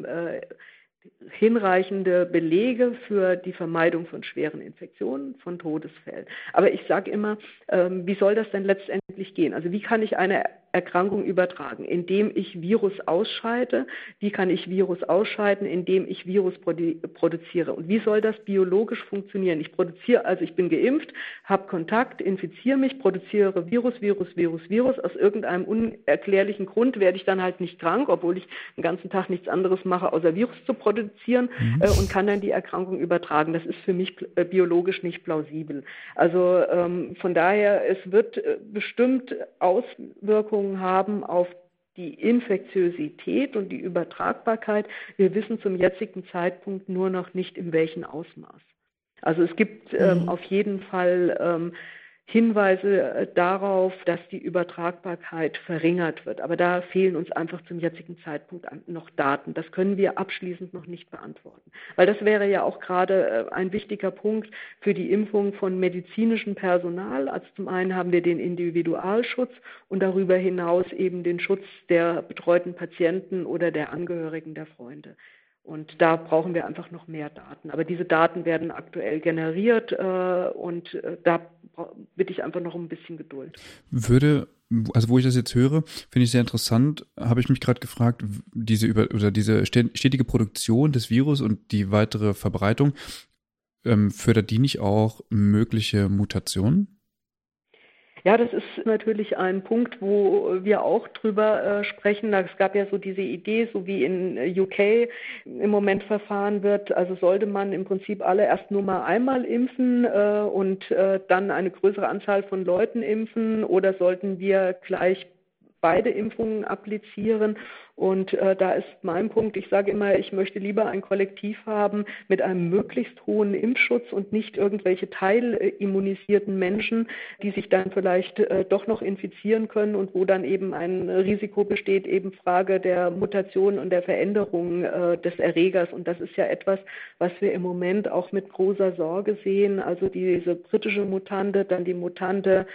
hinreichende Belege für die Vermeidung von schweren Infektionen, von Todesfällen. Aber ich sage immer, wie soll das denn letztendlich gehen? Also wie kann ich eine Erkrankung übertragen? Indem ich Virus ausscheide. Wie kann ich Virus ausscheiden? Indem ich Virus produziere. Und wie soll das biologisch funktionieren? Ich bin geimpft, habe Kontakt, infiziere mich, produziere Virus. Aus irgendeinem unerklärlichen Grund werde ich dann halt nicht krank, obwohl ich den ganzen Tag nichts anderes mache, außer Virus zu produzieren und kann dann die Erkrankung übertragen. Das ist für mich biologisch nicht plausibel. Also von daher, es wird bestimmt Auswirkungen haben auf die Infektiosität und die Übertragbarkeit. Wir wissen zum jetzigen Zeitpunkt nur noch nicht, in welchem Ausmaß. Also es gibt auf jeden Fall Hinweise darauf, dass die Übertragbarkeit verringert wird. Aber da fehlen uns einfach zum jetzigen Zeitpunkt noch Daten. Das können wir abschließend noch nicht beantworten. Weil das wäre ja auch gerade ein wichtiger Punkt für die Impfung von medizinischem Personal. Also zum einen haben wir den Individualschutz und darüber hinaus eben den Schutz der betreuten Patienten oder der Angehörigen der Freunde. Und da brauchen wir einfach noch mehr Daten. Aber diese Daten werden aktuell generiert und da bitte ich einfach noch ein bisschen Geduld. Wo ich das jetzt höre, finde ich sehr interessant, habe ich mich gerade gefragt, diese stetige Produktion des Virus und die weitere Verbreitung, fördert die nicht auch mögliche Mutationen? Ja, das ist natürlich ein Punkt, wo wir auch drüber sprechen. Es gab ja so diese Idee, so wie in UK im Moment verfahren wird. Also sollte man im Prinzip alle erst nur mal einmal impfen und dann eine größere Anzahl von Leuten impfen, oder sollten wir gleich beide Impfungen applizieren? Und da ist mein Punkt, ich sage immer, ich möchte lieber ein Kollektiv haben mit einem möglichst hohen Impfschutz und nicht irgendwelche teilimmunisierten Menschen, die sich dann vielleicht doch noch infizieren können und wo dann eben ein Risiko besteht, eben Frage der Mutation und der Veränderung des Erregers. Und das ist ja etwas, was wir im Moment auch mit großer Sorge sehen. Also diese britische Mutante, dann die Mutante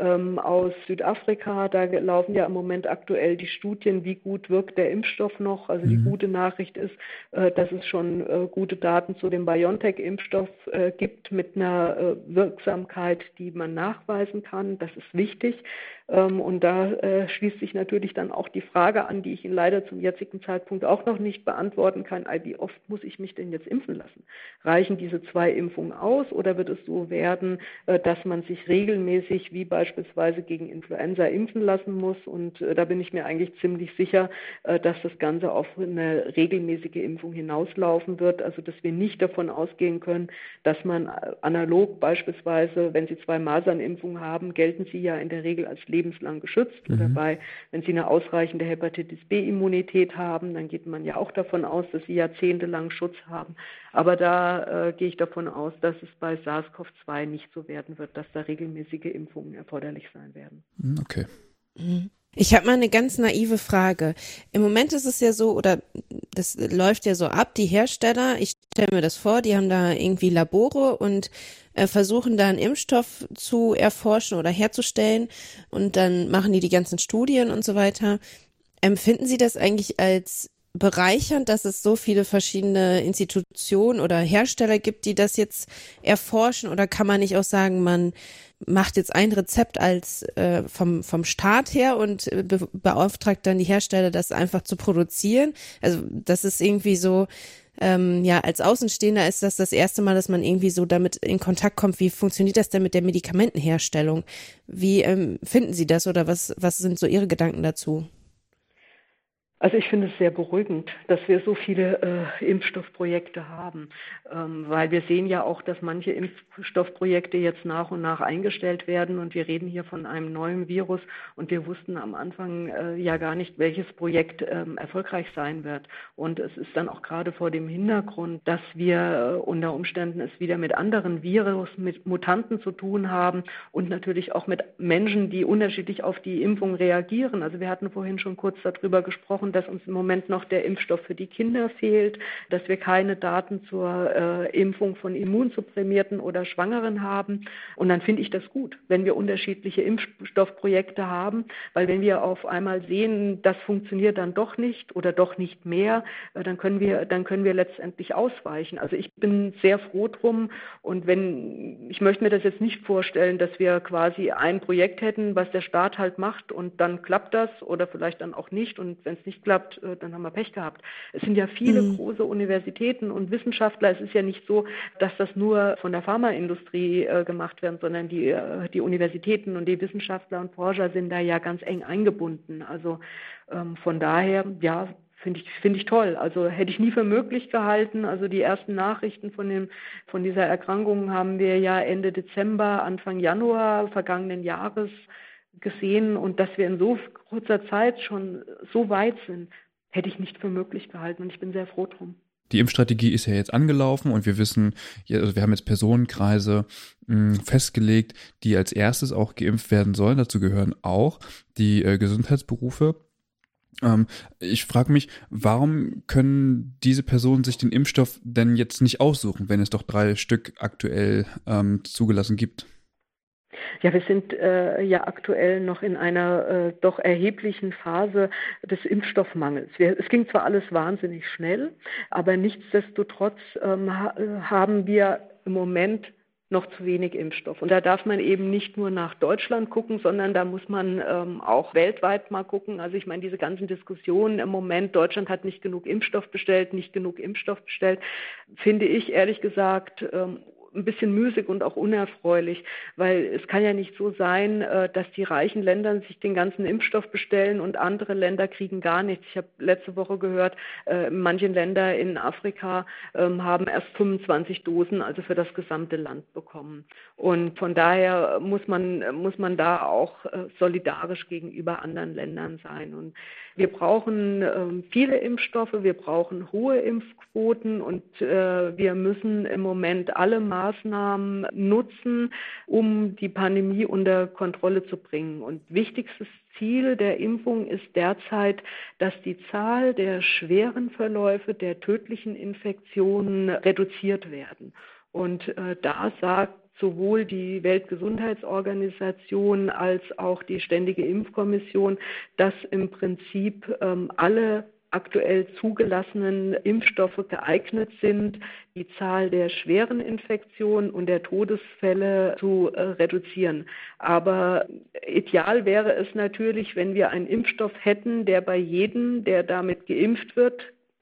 aus Südafrika, da laufen ja im Moment aktuell die Studien, wie gut wirkt der Impfstoff noch. Also die gute Nachricht ist, dass es schon gute Daten zu dem BioNTech-Impfstoff gibt mit einer Wirksamkeit, die man nachweisen kann. Das ist wichtig. Und da schließt sich natürlich dann auch die Frage an, die ich Ihnen leider zum jetzigen Zeitpunkt auch noch nicht beantworten kann. Wie oft muss ich mich denn jetzt impfen lassen? Reichen diese 2 Impfungen aus, oder wird es so werden, dass man sich regelmäßig wie beispielsweise gegen Influenza impfen lassen muss? Und da bin ich mir eigentlich ziemlich sicher, dass das Ganze auf eine regelmäßige Impfung hinauslaufen wird. Also dass wir nicht davon ausgehen können, dass man analog beispielsweise, wenn Sie 2 Masernimpfungen haben, gelten sie ja in der Regel als lebenslang geschützt. Oder wenn Sie eine ausreichende Hepatitis-B-Immunität haben, dann geht man ja auch davon aus, dass Sie jahrzehntelang Schutz haben. Aber da gehe ich davon aus, dass es bei SARS-CoV-2 nicht so werden wird, dass da regelmäßige Impfungen erforderlich sein werden. Okay. Ich habe mal eine ganz naive Frage. Im Moment ist es ja so, oder das läuft ja so ab, die Hersteller, ich stelle mir das vor, die haben da irgendwie Labore und versuchen da einen Impfstoff zu erforschen oder herzustellen, und dann machen die ganzen Studien und so weiter. Empfinden Sie das eigentlich als bereichernd, dass es so viele verschiedene Institutionen oder Hersteller gibt, die das jetzt erforschen, oder kann man nicht auch sagen, man macht jetzt ein Rezept als vom Staat her und beauftragt dann die Hersteller, das einfach zu produzieren? Also das ist irgendwie so, als Außenstehender ist das erste Mal, dass man irgendwie so damit in Kontakt kommt. Wie funktioniert das denn mit der Medikamentenherstellung? Wie finden Sie das, oder was sind so Ihre Gedanken dazu? Also ich finde es sehr beruhigend, dass wir so viele Impfstoffprojekte haben, weil wir sehen ja auch, dass manche Impfstoffprojekte jetzt nach und nach eingestellt werden, und wir reden hier von einem neuen Virus, und wir wussten am Anfang ja gar nicht, welches Projekt erfolgreich sein wird. Und es ist dann auch gerade vor dem Hintergrund, dass wir unter Umständen es wieder mit anderen Virus, mit Mutanten zu tun haben und natürlich auch mit Menschen, die unterschiedlich auf die Impfung reagieren. Also wir hatten vorhin schon kurz darüber gesprochen, dass uns im Moment noch der Impfstoff für die Kinder fehlt, dass wir keine Daten zur Impfung von Immunsupprimierten oder Schwangeren haben. Und dann finde ich das gut, wenn wir unterschiedliche Impfstoffprojekte haben, weil wenn wir auf einmal sehen, das funktioniert dann doch nicht oder doch nicht mehr, dann können wir letztendlich ausweichen. Also ich bin sehr froh drum und ich möchte mir das jetzt nicht vorstellen, dass wir quasi ein Projekt hätten, was der Staat halt macht und dann klappt das oder vielleicht dann auch nicht und wenn es nicht klappt, dann haben wir Pech gehabt. Es sind ja viele große Universitäten und Wissenschaftler. Es ist ja nicht so, dass das nur von der Pharmaindustrie gemacht wird, sondern die Universitäten und die Wissenschaftler und Forscher sind da ja ganz eng eingebunden. Also von daher, ja, Finde ich toll. Also hätte ich nie für möglich gehalten. Also die ersten Nachrichten von dieser Erkrankung haben wir ja Ende Dezember, Anfang Januar vergangenen Jahres gesehen. Und dass wir in so kurzer Zeit schon so weit sind, hätte ich nicht für möglich gehalten. Und ich bin sehr froh drum. Die Impfstrategie ist ja jetzt angelaufen und wir wissen, also wir haben jetzt Personenkreise festgelegt, die als erstes auch geimpft werden sollen. Dazu gehören auch die Gesundheitsberufe. Ich frage mich, warum können diese Personen sich den Impfstoff denn jetzt nicht aussuchen, wenn es doch 3 Stück aktuell zugelassen gibt? Ja, wir sind ja aktuell noch in einer doch erheblichen Phase des Impfstoffmangels. Es ging zwar alles wahnsinnig schnell, aber nichtsdestotrotz haben wir im Moment noch zu wenig Impfstoff. Und da darf man eben nicht nur nach Deutschland gucken, sondern da muss man auch weltweit mal gucken. Also ich meine, diese ganzen Diskussionen im Moment, Deutschland hat nicht genug Impfstoff bestellt, finde ich ehrlich gesagt ein bisschen müßig und auch unerfreulich, weil es kann ja nicht so sein, dass die reichen Länder sich den ganzen Impfstoff bestellen und andere Länder kriegen gar nichts. Ich habe letzte Woche gehört, manche Länder in Afrika haben erst 25 Dosen, also für das gesamte Land bekommen. Und von daher muss man da auch solidarisch gegenüber anderen Ländern sein. Und wir brauchen viele Impfstoffe, wir brauchen hohe Impfquoten und wir müssen im Moment alle Maßnahmen nutzen, um die Pandemie unter Kontrolle zu bringen. Und wichtigstes Ziel der Impfung ist derzeit, dass die Zahl der schweren Verläufe, der tödlichen Infektionen reduziert werden. Und da sagt sowohl die Weltgesundheitsorganisation als auch die Ständige Impfkommission, dass im Prinzip alle aktuell zugelassenen Impfstoffe geeignet sind, die Zahl der schweren Infektionen und der Todesfälle zu reduzieren. Aber ideal wäre es natürlich, wenn wir einen Impfstoff hätten, der bei jedem, der damit geimpft wird,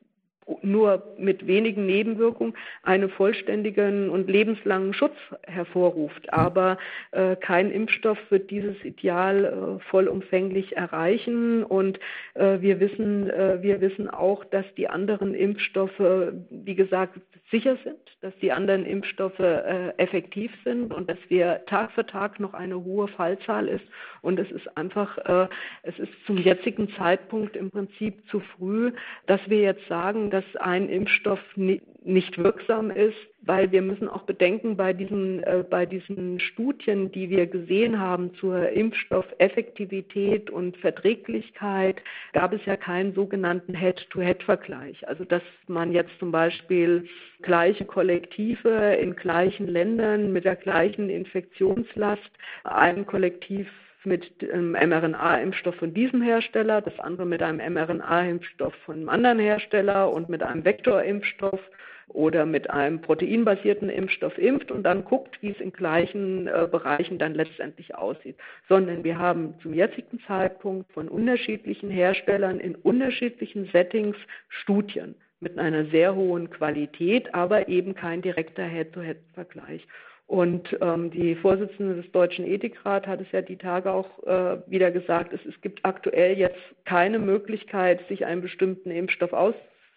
nur mit wenigen Nebenwirkungen einen vollständigen und lebenslangen Schutz hervorruft. Aber kein Impfstoff wird dieses Ideal vollumfänglich erreichen. Und wir wissen auch, dass die anderen Impfstoffe, wie gesagt, sicher sind, dass die anderen Impfstoffe effektiv sind und dass wir Tag für Tag noch eine hohe Fallzahl ist. Und es ist einfach, es ist zum jetzigen Zeitpunkt im Prinzip zu früh, dass wir jetzt sagen, dass ein Impfstoff nicht wirksam ist, weil wir müssen auch bedenken, bei diesen Studien, die wir gesehen haben zur Impfstoffeffektivität und Verträglichkeit, gab es ja keinen sogenannten Head-to-Head-Vergleich. Also dass man jetzt zum Beispiel gleiche Kollektive in gleichen Ländern mit der gleichen Infektionslast, ein Kollektiv mit einem mRNA-Impfstoff von diesem Hersteller, das andere mit einem mRNA-Impfstoff von einem anderen Hersteller und mit einem Vektorimpfstoff oder mit einem proteinbasierten Impfstoff impft und dann guckt, wie es in gleichen Bereichen dann letztendlich aussieht. Sondern wir haben zum jetzigen Zeitpunkt von unterschiedlichen Herstellern in unterschiedlichen Settings Studien mit einer sehr hohen Qualität, aber eben kein direkter Head-to-Head-Vergleich. Und die Vorsitzende des Deutschen Ethikrats hat es ja die Tage auch wieder gesagt, es gibt aktuell jetzt keine Möglichkeit, sich einen bestimmten Impfstoff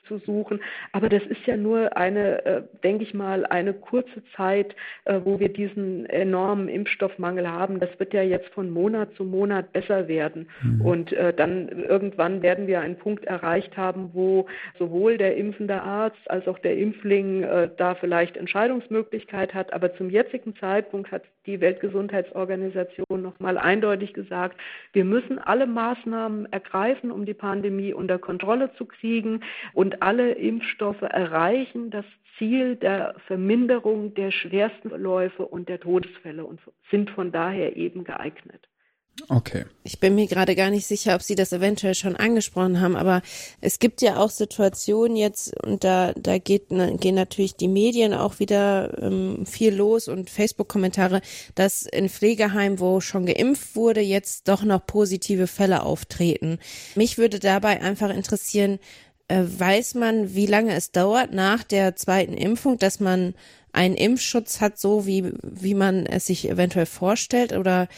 zu suchen. Aber das ist ja nur denke ich mal, eine kurze Zeit, wo wir diesen enormen Impfstoffmangel haben. Das wird ja jetzt von Monat zu Monat besser werden. Und dann irgendwann werden wir einen Punkt erreicht haben, wo sowohl der impfende Arzt als auch der Impfling da vielleicht Entscheidungsmöglichkeit hat. Aber zum jetzigen Zeitpunkt hat die Weltgesundheitsorganisation nochmal eindeutig gesagt, wir müssen alle Maßnahmen ergreifen, um die Pandemie unter Kontrolle zu kriegen und alle Impfstoffe erreichen das Ziel der Verminderung der schwersten Verläufe und der Todesfälle und sind von daher eben geeignet. Okay. Ich bin mir gerade gar nicht sicher, ob Sie das eventuell schon angesprochen haben, aber es gibt ja auch Situationen jetzt, und da gehen natürlich die Medien auch wieder viel los und Facebook-Kommentare, dass in Pflegeheimen, wo schon geimpft wurde, jetzt doch noch positive Fälle auftreten. Mich würde dabei einfach interessieren, weiß man, wie lange es dauert nach der zweiten Impfung, dass man einen Impfschutz hat, so wie man es sich eventuell vorstellt, oder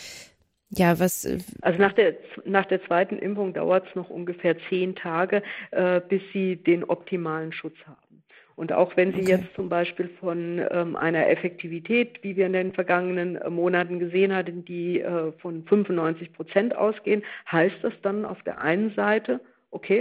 ja, was? Also nach der zweiten Impfung dauert es noch ungefähr 10 Tage, bis Sie den optimalen Schutz haben. Und auch wenn Sie jetzt zum Beispiel von einer Effektivität, wie wir in den vergangenen Monaten gesehen hatten, die von 95% ausgehen, heißt das dann auf der einen Seite, okay,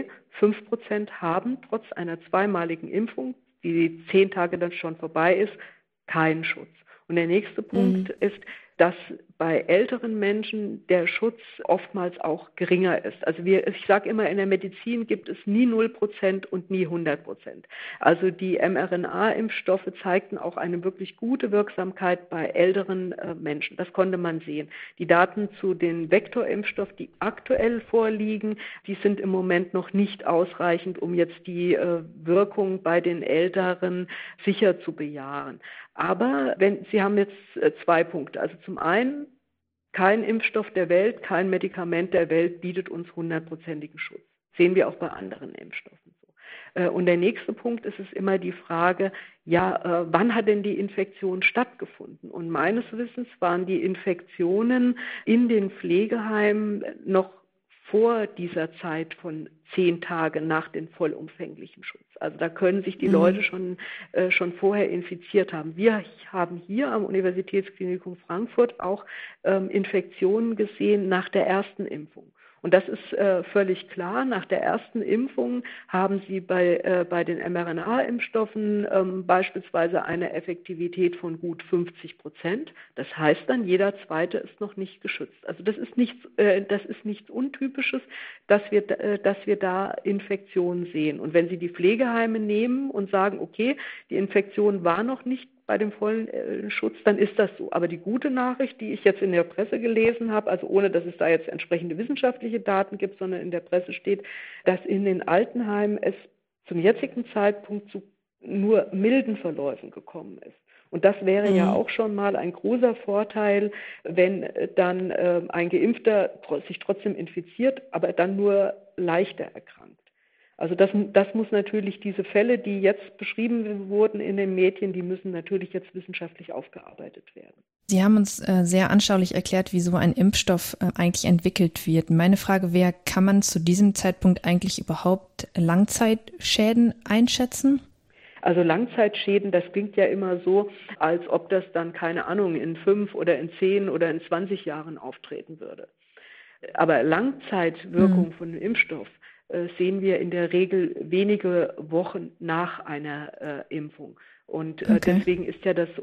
5% haben trotz einer zweimaligen Impfung, die 10 Tage dann schon vorbei ist, keinen Schutz. Und der nächste Punkt ist, dass bei älteren Menschen der Schutz oftmals auch geringer ist. Also ich sage immer, in der Medizin gibt es nie 0% und nie 100%. Also die mRNA-Impfstoffe zeigten auch eine wirklich gute Wirksamkeit bei älteren Menschen. Das konnte man sehen. Die Daten zu den Vektorimpfstoffen, die aktuell vorliegen, die sind im Moment noch nicht ausreichend, um jetzt die Wirkung bei den Älteren sicher zu bejahen. Aber Sie haben jetzt 2 Punkte. Also zum einen, kein Impfstoff der Welt, kein Medikament der Welt bietet uns 100%igen Schutz. Sehen wir auch bei anderen Impfstoffen so. Und der nächste Punkt ist es immer die Frage, wann hat denn die Infektion stattgefunden? Und meines Wissens waren die Infektionen in den Pflegeheimen noch vor dieser Zeit von 10 Tage nach dem vollumfänglichen Schutz. Also da können sich die Leute schon vorher infiziert haben. Wir haben hier am Universitätsklinikum Frankfurt auch Infektionen gesehen nach der ersten Impfung. Und das ist völlig klar. Nach der ersten Impfung haben Sie bei den mRNA-Impfstoffen beispielsweise eine Effektivität von gut 50%. Das heißt dann, jeder Zweite ist noch nicht geschützt. Also das ist nichts Untypisches, dass wir da Infektionen sehen. Und wenn Sie die Pflegeheime nehmen und sagen, okay, die Infektion war noch nicht bei dem vollen Schutz, dann ist das so. Aber die gute Nachricht, die ich jetzt in der Presse gelesen habe, also ohne dass es da jetzt entsprechende wissenschaftliche Daten gibt, sondern in der Presse steht, dass in den Altenheimen es zum jetzigen Zeitpunkt zu nur milden Verläufen gekommen ist. Und das wäre ja auch schon mal ein großer Vorteil, wenn dann ein Geimpfter sich trotzdem infiziert, aber dann nur leichter erkrankt. Also das muss natürlich, diese Fälle, die jetzt beschrieben wurden in den Medien, die müssen natürlich jetzt wissenschaftlich aufgearbeitet werden. Sie haben uns sehr anschaulich erklärt, wie so ein Impfstoff eigentlich entwickelt wird. Meine Frage wäre, kann man zu diesem Zeitpunkt eigentlich überhaupt Langzeitschäden einschätzen? Also Langzeitschäden, das klingt ja immer so, als ob das dann, keine Ahnung, in 5 oder in 10 oder in 20 Jahren auftreten würde. Aber Langzeitwirkung von einem Impfstoff sehen wir in der Regel wenige Wochen nach einer Impfung. Und deswegen ist ja das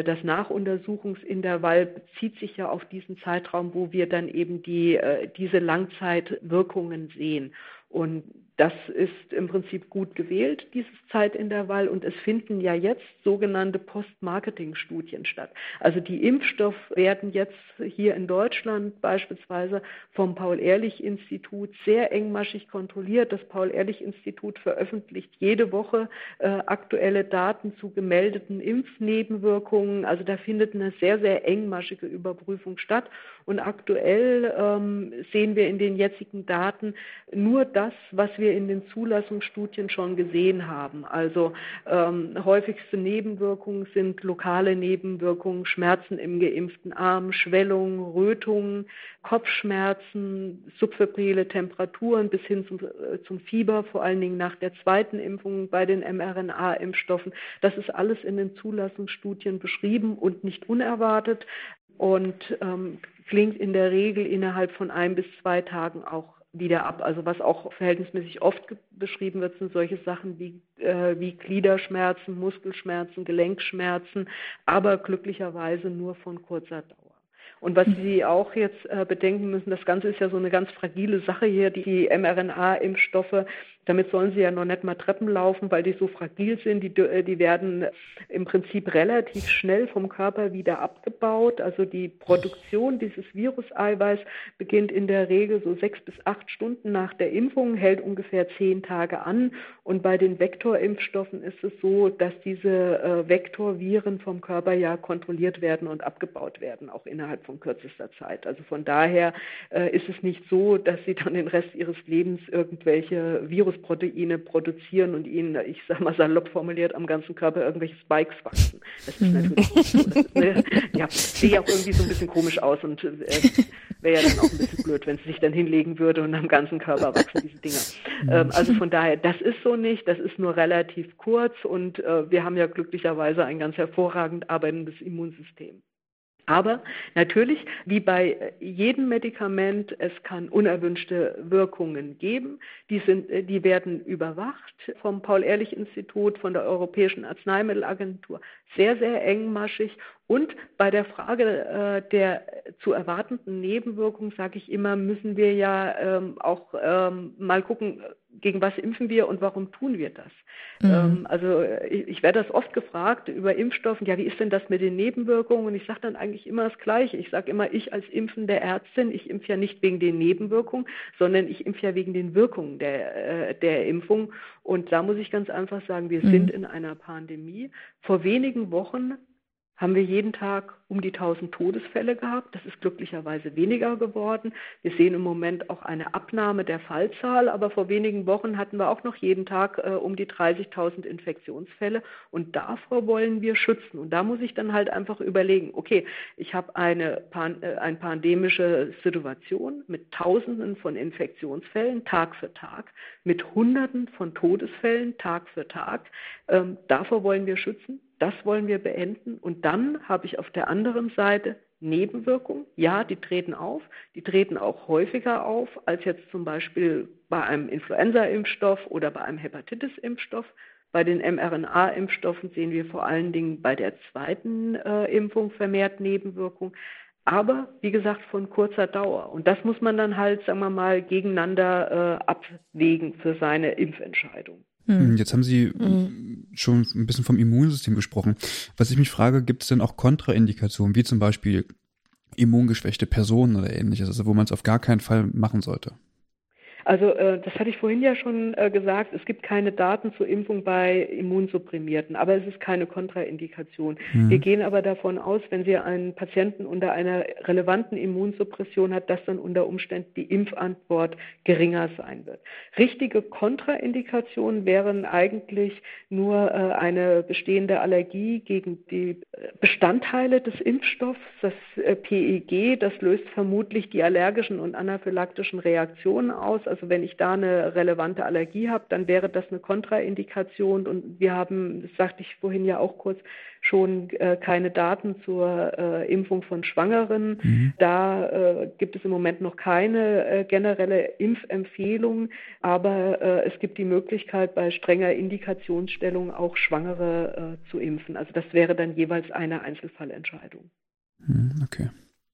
Nachuntersuchungsintervall bezieht sich ja auf diesen Zeitraum, wo wir dann eben diese Langzeitwirkungen sehen. Und das ist im Prinzip gut gewählt, dieses Zeitintervall, und es finden ja jetzt sogenannte Post-Marketing-Studien statt. Also die Impfstoffe werden jetzt hier in Deutschland beispielsweise vom Paul-Ehrlich-Institut sehr engmaschig kontrolliert. Das Paul-Ehrlich-Institut veröffentlicht jede Woche aktuelle Daten zu gemeldeten Impfnebenwirkungen. Also da findet eine sehr, sehr engmaschige Überprüfung statt. Und aktuell sehen wir in den jetzigen Daten nur das, was wir wir in den Zulassungsstudien schon gesehen haben. Also häufigste Nebenwirkungen sind lokale Nebenwirkungen, Schmerzen im geimpften Arm, Schwellung, Rötungen, Kopfschmerzen, subfebrile Temperaturen bis hin zum Fieber, vor allen Dingen nach der zweiten Impfung bei den mRNA-Impfstoffen. Das ist alles in den Zulassungsstudien beschrieben und nicht unerwartet und klingt in der Regel innerhalb von 1 bis 2 Tagen auch wieder ab. Also was auch verhältnismäßig oft beschrieben wird, sind solche Sachen wie Gliederschmerzen, Muskelschmerzen, Gelenkschmerzen, aber glücklicherweise nur von kurzer Dauer. Und was Sie auch jetzt bedenken müssen, das Ganze ist ja so eine ganz fragile Sache hier, die mRNA-Impfstoffe, damit sollen sie ja noch nicht mal Treppen laufen, weil die so fragil sind. Die werden im Prinzip relativ schnell vom Körper wieder abgebaut. Also die Produktion dieses Viruseiweiß beginnt in der Regel so 6 bis 8 Stunden nach der Impfung, hält ungefähr 10 Tage an. Und bei den Vektorimpfstoffen ist es so, dass diese Vektorviren vom Körper ja kontrolliert werden und abgebaut werden, auch innerhalb von kürzester Zeit. Also von daher ist es nicht so, dass sie dann den Rest ihres Lebens irgendwelche Virusproteine produzieren und ihnen, ich sag mal salopp formuliert, am ganzen Körper irgendwelche Spikes wachsen. Das ist natürlich nicht so. Sehe ja auch irgendwie so ein bisschen komisch aus und wäre ja dann auch ein bisschen blöd, wenn es sich dann hinlegen würde und am ganzen Körper wachsen diese Dinger. Also von daher, das ist so nicht, das ist nur relativ kurz und wir haben ja glücklicherweise ein ganz hervorragend arbeitendes Immunsystem. Aber natürlich, wie bei jedem Medikament, es kann unerwünschte Wirkungen geben. Die werden überwacht vom Paul-Ehrlich-Institut, von der Europäischen Arzneimittelagentur, sehr, sehr engmaschig. Und bei der Frage der zu erwartenden Nebenwirkungen, sage ich immer, müssen wir ja auch mal gucken, gegen was impfen wir und warum tun wir das? Also ich werde das oft gefragt über Impfstoffen, ja, wie ist denn das mit den Nebenwirkungen? Und ich sage dann eigentlich immer das Gleiche. Ich sage immer, ich als impfende Ärztin, ich impfe ja nicht wegen den Nebenwirkungen, sondern ich impfe ja wegen den Wirkungen der Impfung. Und da muss ich ganz einfach sagen, wir sind in einer Pandemie. Vor wenigen Wochen haben wir jeden Tag um die 1000 Todesfälle gehabt. Das ist glücklicherweise weniger geworden. Wir sehen im Moment auch eine Abnahme der Fallzahl, aber vor wenigen Wochen hatten wir auch noch jeden Tag um die 30.000 Infektionsfälle und davor wollen wir schützen. Und da muss ich dann halt einfach überlegen, okay, ich habe eine pandemische Situation mit Tausenden von Infektionsfällen Tag für Tag, mit Hunderten von Todesfällen Tag für Tag. Davor wollen wir schützen. Das wollen wir beenden und dann habe ich auf der anderen Seite Nebenwirkungen. Ja, die treten auf, die treten auch häufiger auf als jetzt zum Beispiel bei einem Influenza-Impfstoff oder bei einem Hepatitis-Impfstoff. Bei den mRNA-Impfstoffen sehen wir vor allen Dingen bei der zweiten Impfung vermehrt Nebenwirkungen. Aber, wie gesagt, von kurzer Dauer. Und das muss man dann halt, sagen wir mal, gegeneinander abwägen für seine Impfentscheidung. Jetzt haben Sie schon ein bisschen vom Immunsystem gesprochen. Was ich mich frage, gibt es denn auch Kontraindikationen, wie zum Beispiel immungeschwächte Personen oder ähnliches, also wo man es auf gar keinen Fall machen sollte? Also das hatte ich vorhin ja schon gesagt, es gibt keine Daten zur Impfung bei Immunsupprimierten, aber es ist keine Kontraindikation. Wir gehen aber davon aus, wenn Sie einen Patienten unter einer relevanten Immunsuppression hat, dass dann unter Umständen die Impfantwort geringer sein wird. Richtige Kontraindikationen wären eigentlich nur eine bestehende Allergie gegen die Bestandteile des Impfstoffs, das PEG, das löst vermutlich die allergischen und anaphylaktischen Reaktionen aus. Also wenn ich da eine relevante Allergie habe, dann wäre das eine Kontraindikation und wir haben, das sagte ich vorhin ja auch kurz, schon keine Daten zur Impfung von Schwangeren. Da gibt es im Moment noch keine generelle Impfempfehlung, aber es gibt die Möglichkeit, bei strenger Indikationsstellung auch Schwangere zu impfen. Also das wäre dann jeweils eine Einzelfallentscheidung. Okay.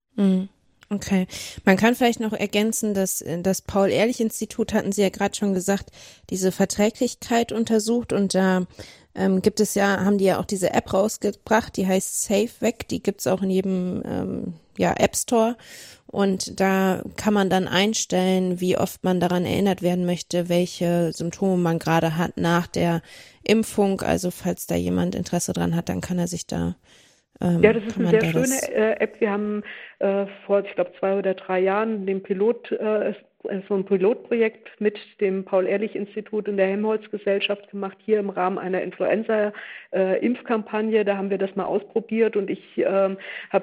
Okay. Man kann vielleicht noch ergänzen, dass das Paul-Ehrlich-Institut, hatten Sie ja gerade schon gesagt, diese Verträglichkeit untersucht und da gibt es ja, haben die ja auch diese App rausgebracht, die heißt SafeVac, die gibt's auch in jedem App Store und da kann man dann einstellen, wie oft man daran erinnert werden möchte, welche Symptome man gerade hat nach der Impfung. Also falls da jemand Interesse dran hat, dann kann er sich da ja, das ist eine sehr schöne App. Wir haben vor, ich glaube, 2 oder 3 Jahren den Pilot so ein Pilotprojekt mit dem Paul-Ehrlich-Institut und der Helmholtz-Gesellschaft gemacht, hier im Rahmen einer Influenza-Impfkampagne. Da haben wir das mal ausprobiert und ich kenne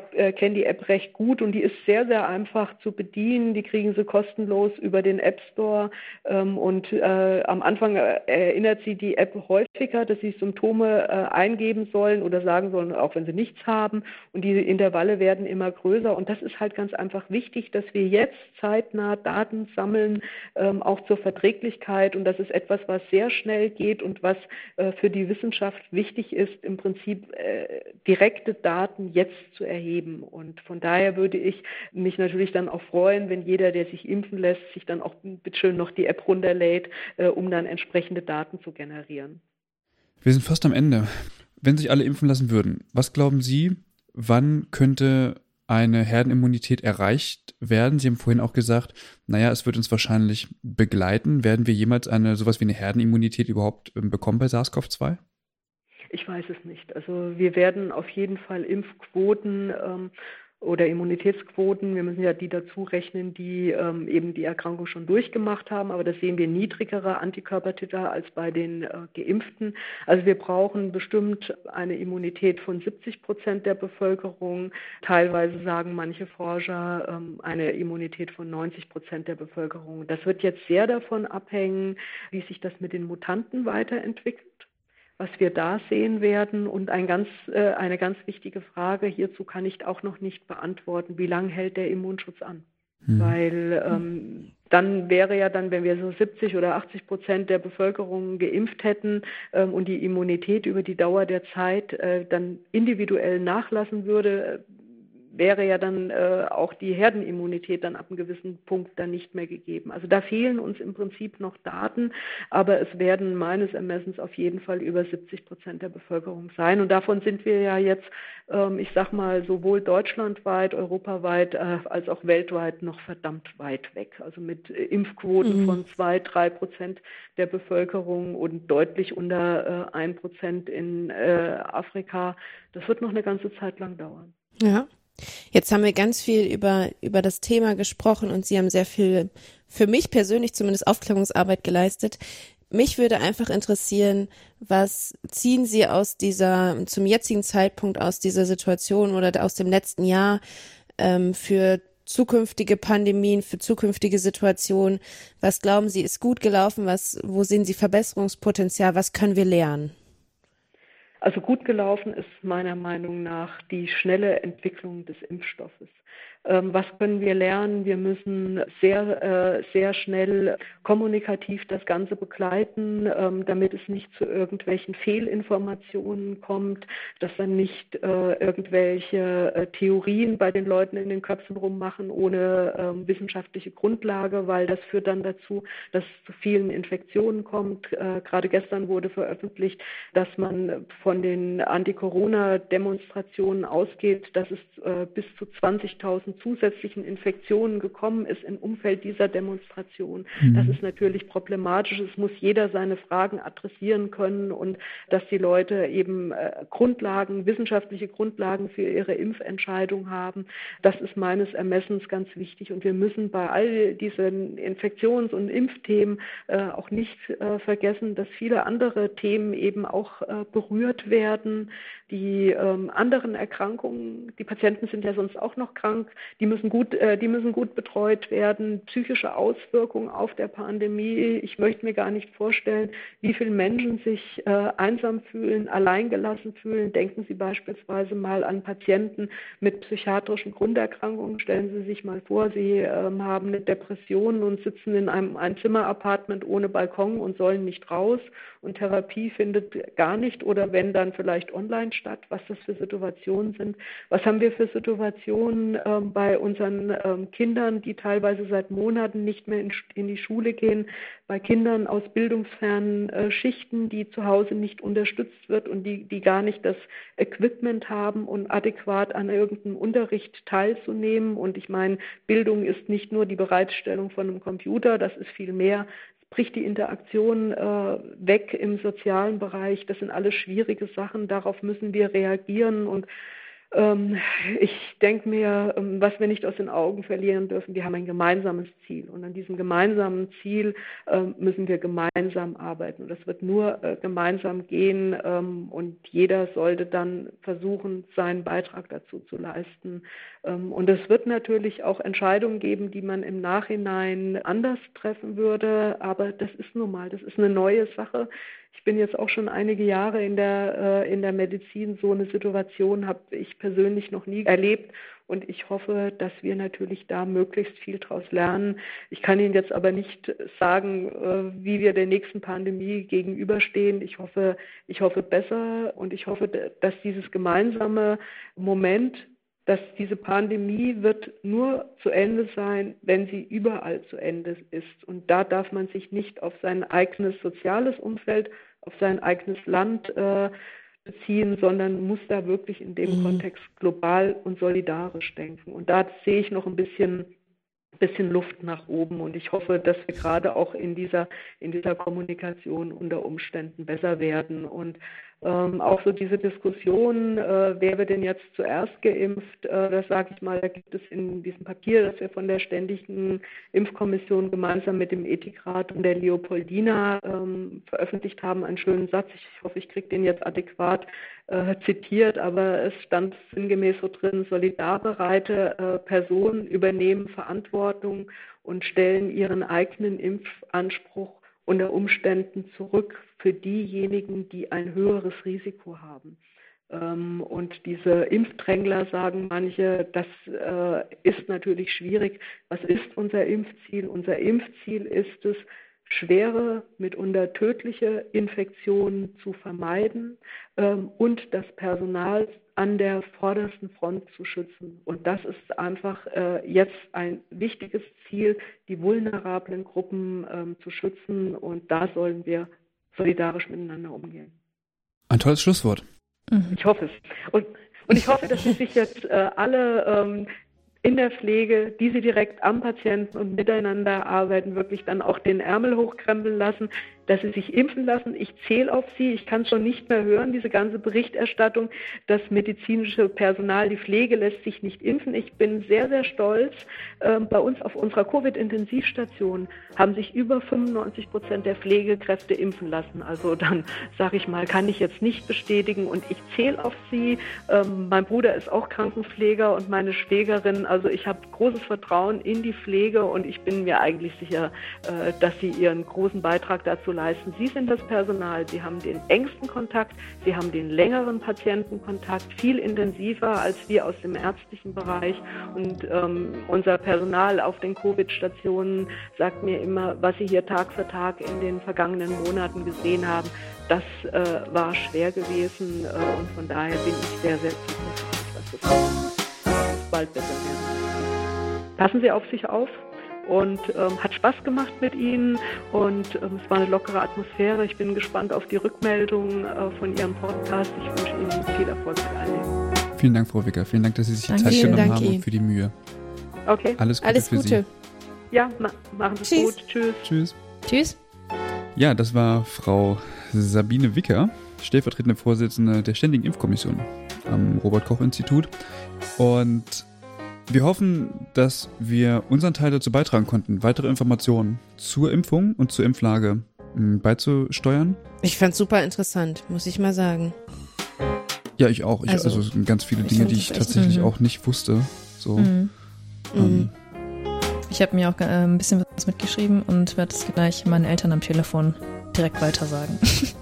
die App recht gut und die ist sehr, sehr einfach zu bedienen. Die kriegen sie kostenlos über den App Store und am Anfang erinnert sie die App häufiger, dass sie Symptome eingeben sollen oder sagen sollen, auch wenn sie nichts haben, und die Intervalle werden immer größer und das ist halt ganz einfach wichtig, dass wir jetzt zeitnah Daten sammeln, auch zur Verträglichkeit, und das ist etwas, was sehr schnell geht und was für die Wissenschaft wichtig ist, im Prinzip direkte Daten jetzt zu erheben, und von daher würde ich mich natürlich dann auch freuen, wenn jeder, der sich impfen lässt, sich dann auch bitteschön noch die App runterlädt, um dann entsprechende Daten zu generieren. Wir sind fast am Ende. Wenn sich alle impfen lassen würden, was glauben Sie, wann könnte eine Herdenimmunität erreicht werden? Sie haben vorhin auch gesagt, naja, es wird uns wahrscheinlich begleiten. Werden wir jemals sowas wie eine Herdenimmunität überhaupt bekommen bei SARS-CoV-2? Ich weiß es nicht. Also wir werden auf jeden Fall Impfquoten oder Immunitätsquoten, wir müssen ja die dazu rechnen, die eben die Erkrankung schon durchgemacht haben, aber das sehen wir niedrigere Antikörpertiter als bei den Geimpften. Also wir brauchen bestimmt eine Immunität von 70% der Bevölkerung. Teilweise sagen manche Forscher eine Immunität von 90% der Bevölkerung. Das wird jetzt sehr davon abhängen, wie sich das mit den Mutanten weiterentwickelt, was wir da sehen werden. Und eine ganz wichtige Frage hierzu kann ich auch noch nicht beantworten: Wie lange hält der Immunschutz an? Weil dann wäre ja dann, wenn wir so 70 oder 80% der Bevölkerung geimpft hätten und die Immunität über die Dauer der Zeit dann individuell nachlassen würde, wäre ja dann auch die Herdenimmunität dann ab einem gewissen Punkt dann nicht mehr gegeben. Also da fehlen uns im Prinzip noch Daten, aber es werden meines Ermessens auf jeden Fall über 70% der Bevölkerung sein. Und davon sind wir ja jetzt, ich sag mal, sowohl deutschlandweit, europaweit als auch weltweit noch verdammt weit weg. Also mit Impfquoten von 2-3% der Bevölkerung und deutlich unter 1% in Afrika. Das wird noch eine ganze Zeit lang dauern. Ja. Jetzt haben wir ganz viel über das Thema gesprochen und Sie haben sehr viel, für mich persönlich zumindest, Aufklärungsarbeit geleistet. Mich würde einfach interessieren, was ziehen Sie zum jetzigen Zeitpunkt aus dieser Situation oder aus dem letzten Jahr für zukünftige Pandemien, für zukünftige Situationen? Was glauben Sie, ist gut gelaufen? Wo sehen Sie Verbesserungspotenzial? Was können wir lernen? Also gut gelaufen ist meiner Meinung nach die schnelle Entwicklung des Impfstoffes. Was können wir lernen? Wir müssen sehr, sehr schnell kommunikativ das Ganze begleiten, damit es nicht zu irgendwelchen Fehlinformationen kommt, dass dann nicht irgendwelche Theorien bei den Leuten in den Köpfen rummachen ohne wissenschaftliche Grundlage, weil das führt dann dazu, dass es zu vielen Infektionen kommt. Gerade gestern wurde veröffentlicht, dass man von den Anti-Corona-Demonstrationen ausgeht, dass es bis zu 20.000 zusätzlichen Infektionen gekommen ist im Umfeld dieser Demonstration. Das ist natürlich problematisch. Es muss jeder seine Fragen adressieren können und dass die Leute eben wissenschaftliche Grundlagen für ihre Impfentscheidung haben. Das ist meines Ermessens ganz wichtig. Und wir müssen bei all diesen Infektions- und Impfthemen auch nicht vergessen, dass viele andere Themen eben auch berührt werden. Die anderen Erkrankungen, die Patienten sind ja sonst auch noch krank, die müssen gut betreut werden. Psychische Auswirkungen auf der Pandemie. Ich möchte mir gar nicht vorstellen, wie viele Menschen sich einsam fühlen, alleingelassen fühlen. Denken Sie beispielsweise mal an Patienten mit psychiatrischen Grunderkrankungen. Stellen Sie sich mal vor, Sie haben eine Depression und sitzen in einem Einzimmer-Apartment ohne Balkon und sollen nicht raus. Und Therapie findet gar nicht oder wenn dann vielleicht online statt, was das für Situationen sind. Was haben wir für Situationen bei unseren Kindern, die teilweise seit Monaten nicht mehr in die Schule gehen, bei Kindern aus bildungsfernen Schichten, die zu Hause nicht unterstützt wird und die gar nicht das Equipment haben, um adäquat an irgendeinem Unterricht teilzunehmen. Und ich meine, Bildung ist nicht nur die Bereitstellung von einem Computer, das ist viel mehr. Bricht die Interaktion weg im sozialen Bereich. Das sind alles schwierige Sachen. Darauf müssen wir reagieren. Und Ich denke mir, was wir nicht aus den Augen verlieren dürfen, wir haben ein gemeinsames Ziel. Und an diesem gemeinsamen Ziel müssen wir gemeinsam arbeiten. Und das wird nur gemeinsam gehen. Und jeder sollte dann versuchen, seinen Beitrag dazu zu leisten. Und es wird natürlich auch Entscheidungen geben, die man im Nachhinein anders treffen würde. Aber das ist nun mal, das ist eine neue Sache. Ich bin jetzt auch schon einige Jahre in der Medizin. So eine Situation habe ich persönlich noch nie erlebt. Und ich hoffe, dass wir natürlich da möglichst viel daraus lernen. Ich kann Ihnen jetzt aber nicht sagen, wie wir der nächsten Pandemie gegenüberstehen. Ich hoffe besser und ich hoffe, dass dieses gemeinsame Moment, dass diese Pandemie wird nur zu Ende sein, wenn sie überall zu Ende ist. Und da darf man sich nicht auf sein eigenes soziales Umfeld, auf sein eigenes Land beziehen, sondern muss da wirklich in dem Kontext global und solidarisch denken. Und da sehe ich noch ein bisschen Luft nach oben. Und ich hoffe, dass wir gerade auch in dieser Kommunikation unter Umständen besser werden. Und auch so diese Diskussion, wer wird denn jetzt zuerst geimpft, das sage ich mal, da gibt es in diesem Papier, das wir von der Ständigen Impfkommission gemeinsam mit dem Ethikrat und der Leopoldina veröffentlicht haben, einen schönen Satz. Ich hoffe, ich kriege den jetzt adäquat zitiert, aber es stand sinngemäß so drin: solidarbereite Personen übernehmen Verantwortung und stellen ihren eigenen Impfanspruch unter Umständen zurück für diejenigen, die ein höheres Risiko haben. Und diese Impfdrängler, sagen manche, das ist natürlich schwierig. Was ist unser Impfziel? Unser Impfziel ist es, schwere, mitunter tödliche Infektionen zu vermeiden und das Personal an der vordersten Front zu schützen. Und das ist einfach jetzt ein wichtiges Ziel, die vulnerablen Gruppen zu schützen. Und da sollen wir solidarisch miteinander umgehen. Ein tolles Schlusswort. Ich hoffe es. Und ich hoffe, dass Sie sich jetzt alle in der Pflege, die Sie direkt am Patienten und miteinander arbeiten, wirklich dann auch den Ärmel hochkrempeln lassen, dass Sie sich impfen lassen. Ich zähle auf Sie. Ich kann es schon nicht mehr hören, diese ganze Berichterstattung, das medizinische Personal, die Pflege lässt sich nicht impfen. Ich bin sehr, sehr stolz. Bei uns auf unserer Covid-Intensivstation haben sich über 95% der Pflegekräfte impfen lassen. Also dann, sage ich mal, kann ich jetzt nicht bestätigen. Und ich zähle auf Sie. Mein Bruder ist auch Krankenpfleger und meine Schwägerin. Also ich habe großes Vertrauen in die Pflege und ich bin mir eigentlich sicher, dass sie ihren großen Beitrag dazu leisten. Sie sind das Personal, Sie haben den engsten Kontakt, Sie haben den längeren Patientenkontakt, viel intensiver als wir aus dem ärztlichen Bereich. Und unser Personal auf den Covid-Stationen sagt mir immer, was sie hier Tag für Tag in den vergangenen Monaten gesehen haben, das war schwer gewesen und von daher bin ich sehr, sehr zuversichtlich, dass es bald besser wird. Passen Sie auf sich auf. Und hat Spaß gemacht mit Ihnen und es war eine lockere Atmosphäre. Ich bin gespannt auf die Rückmeldung von Ihrem Podcast. Ich wünsche Ihnen viel Erfolg mit allen. Vielen Dank, Frau Wicker. Vielen Dank, dass Sie sich die Zeit genommen haben und für die Mühe. Okay. Alles Gute für Sie. Ja, machen Sie es gut. Tschüss. Tschüss. Tschüss. Ja, das war Frau Sabine Wicker, stellvertretende Vorsitzende der Ständigen Impfkommission am Robert-Koch-Institut. Und wir hoffen, dass wir unseren Teil dazu beitragen konnten, weitere Informationen zur Impfung und zur Impflage beizusteuern. Ich fand's super interessant, muss ich mal sagen. Ja, ich auch. Also es sind ganz viele Dinge, die ich tatsächlich auch nicht wusste. So. Ich habe mir auch ein bisschen was mitgeschrieben und werde es gleich meinen Eltern am Telefon direkt weitersagen.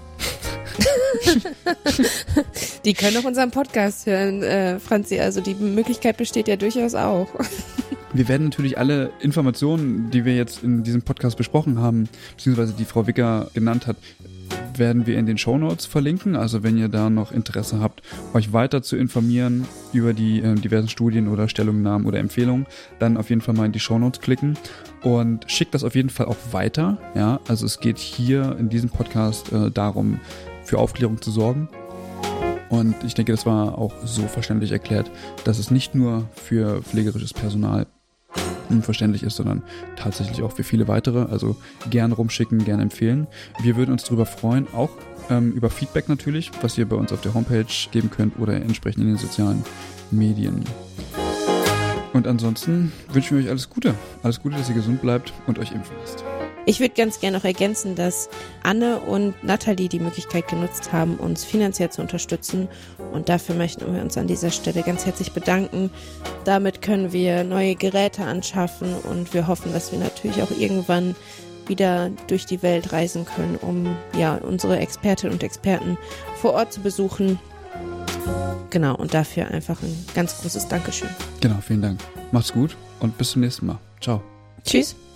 Die können auch unseren Podcast hören, Franzi. Also die Möglichkeit besteht ja durchaus auch. Wir werden natürlich alle Informationen, die wir jetzt in diesem Podcast besprochen haben, beziehungsweise die Frau Wicker genannt hat, werden wir in den Shownotes verlinken. Also wenn ihr da noch Interesse habt, euch weiter zu informieren über die diversen Studien oder Stellungnahmen oder Empfehlungen, dann auf jeden Fall mal in die Shownotes klicken und schickt das auf jeden Fall auch weiter. Ja, also es geht hier in diesem Podcast darum, für Aufklärung zu sorgen. Und ich denke, das war auch so verständlich erklärt, dass es nicht nur für pflegerisches Personal unverständlich ist, sondern tatsächlich auch für viele weitere. Also gern rumschicken, gern empfehlen. Wir würden uns darüber freuen, auch über Feedback natürlich, was ihr bei uns auf der Homepage geben könnt oder entsprechend in den sozialen Medien. Und ansonsten wünschen wir euch alles Gute. Alles Gute, dass ihr gesund bleibt und euch impfen lasst. Ich würde ganz gerne noch ergänzen, dass Anne und Nathalie die Möglichkeit genutzt haben, uns finanziell zu unterstützen. Und dafür möchten wir uns an dieser Stelle ganz herzlich bedanken. Damit können wir neue Geräte anschaffen und wir hoffen, dass wir natürlich auch irgendwann wieder durch die Welt reisen können, um unsere Expertinnen und Experten vor Ort zu besuchen. Genau, und dafür einfach ein ganz großes Dankeschön. Genau, vielen Dank. Macht's gut und bis zum nächsten Mal. Ciao. Tschüss.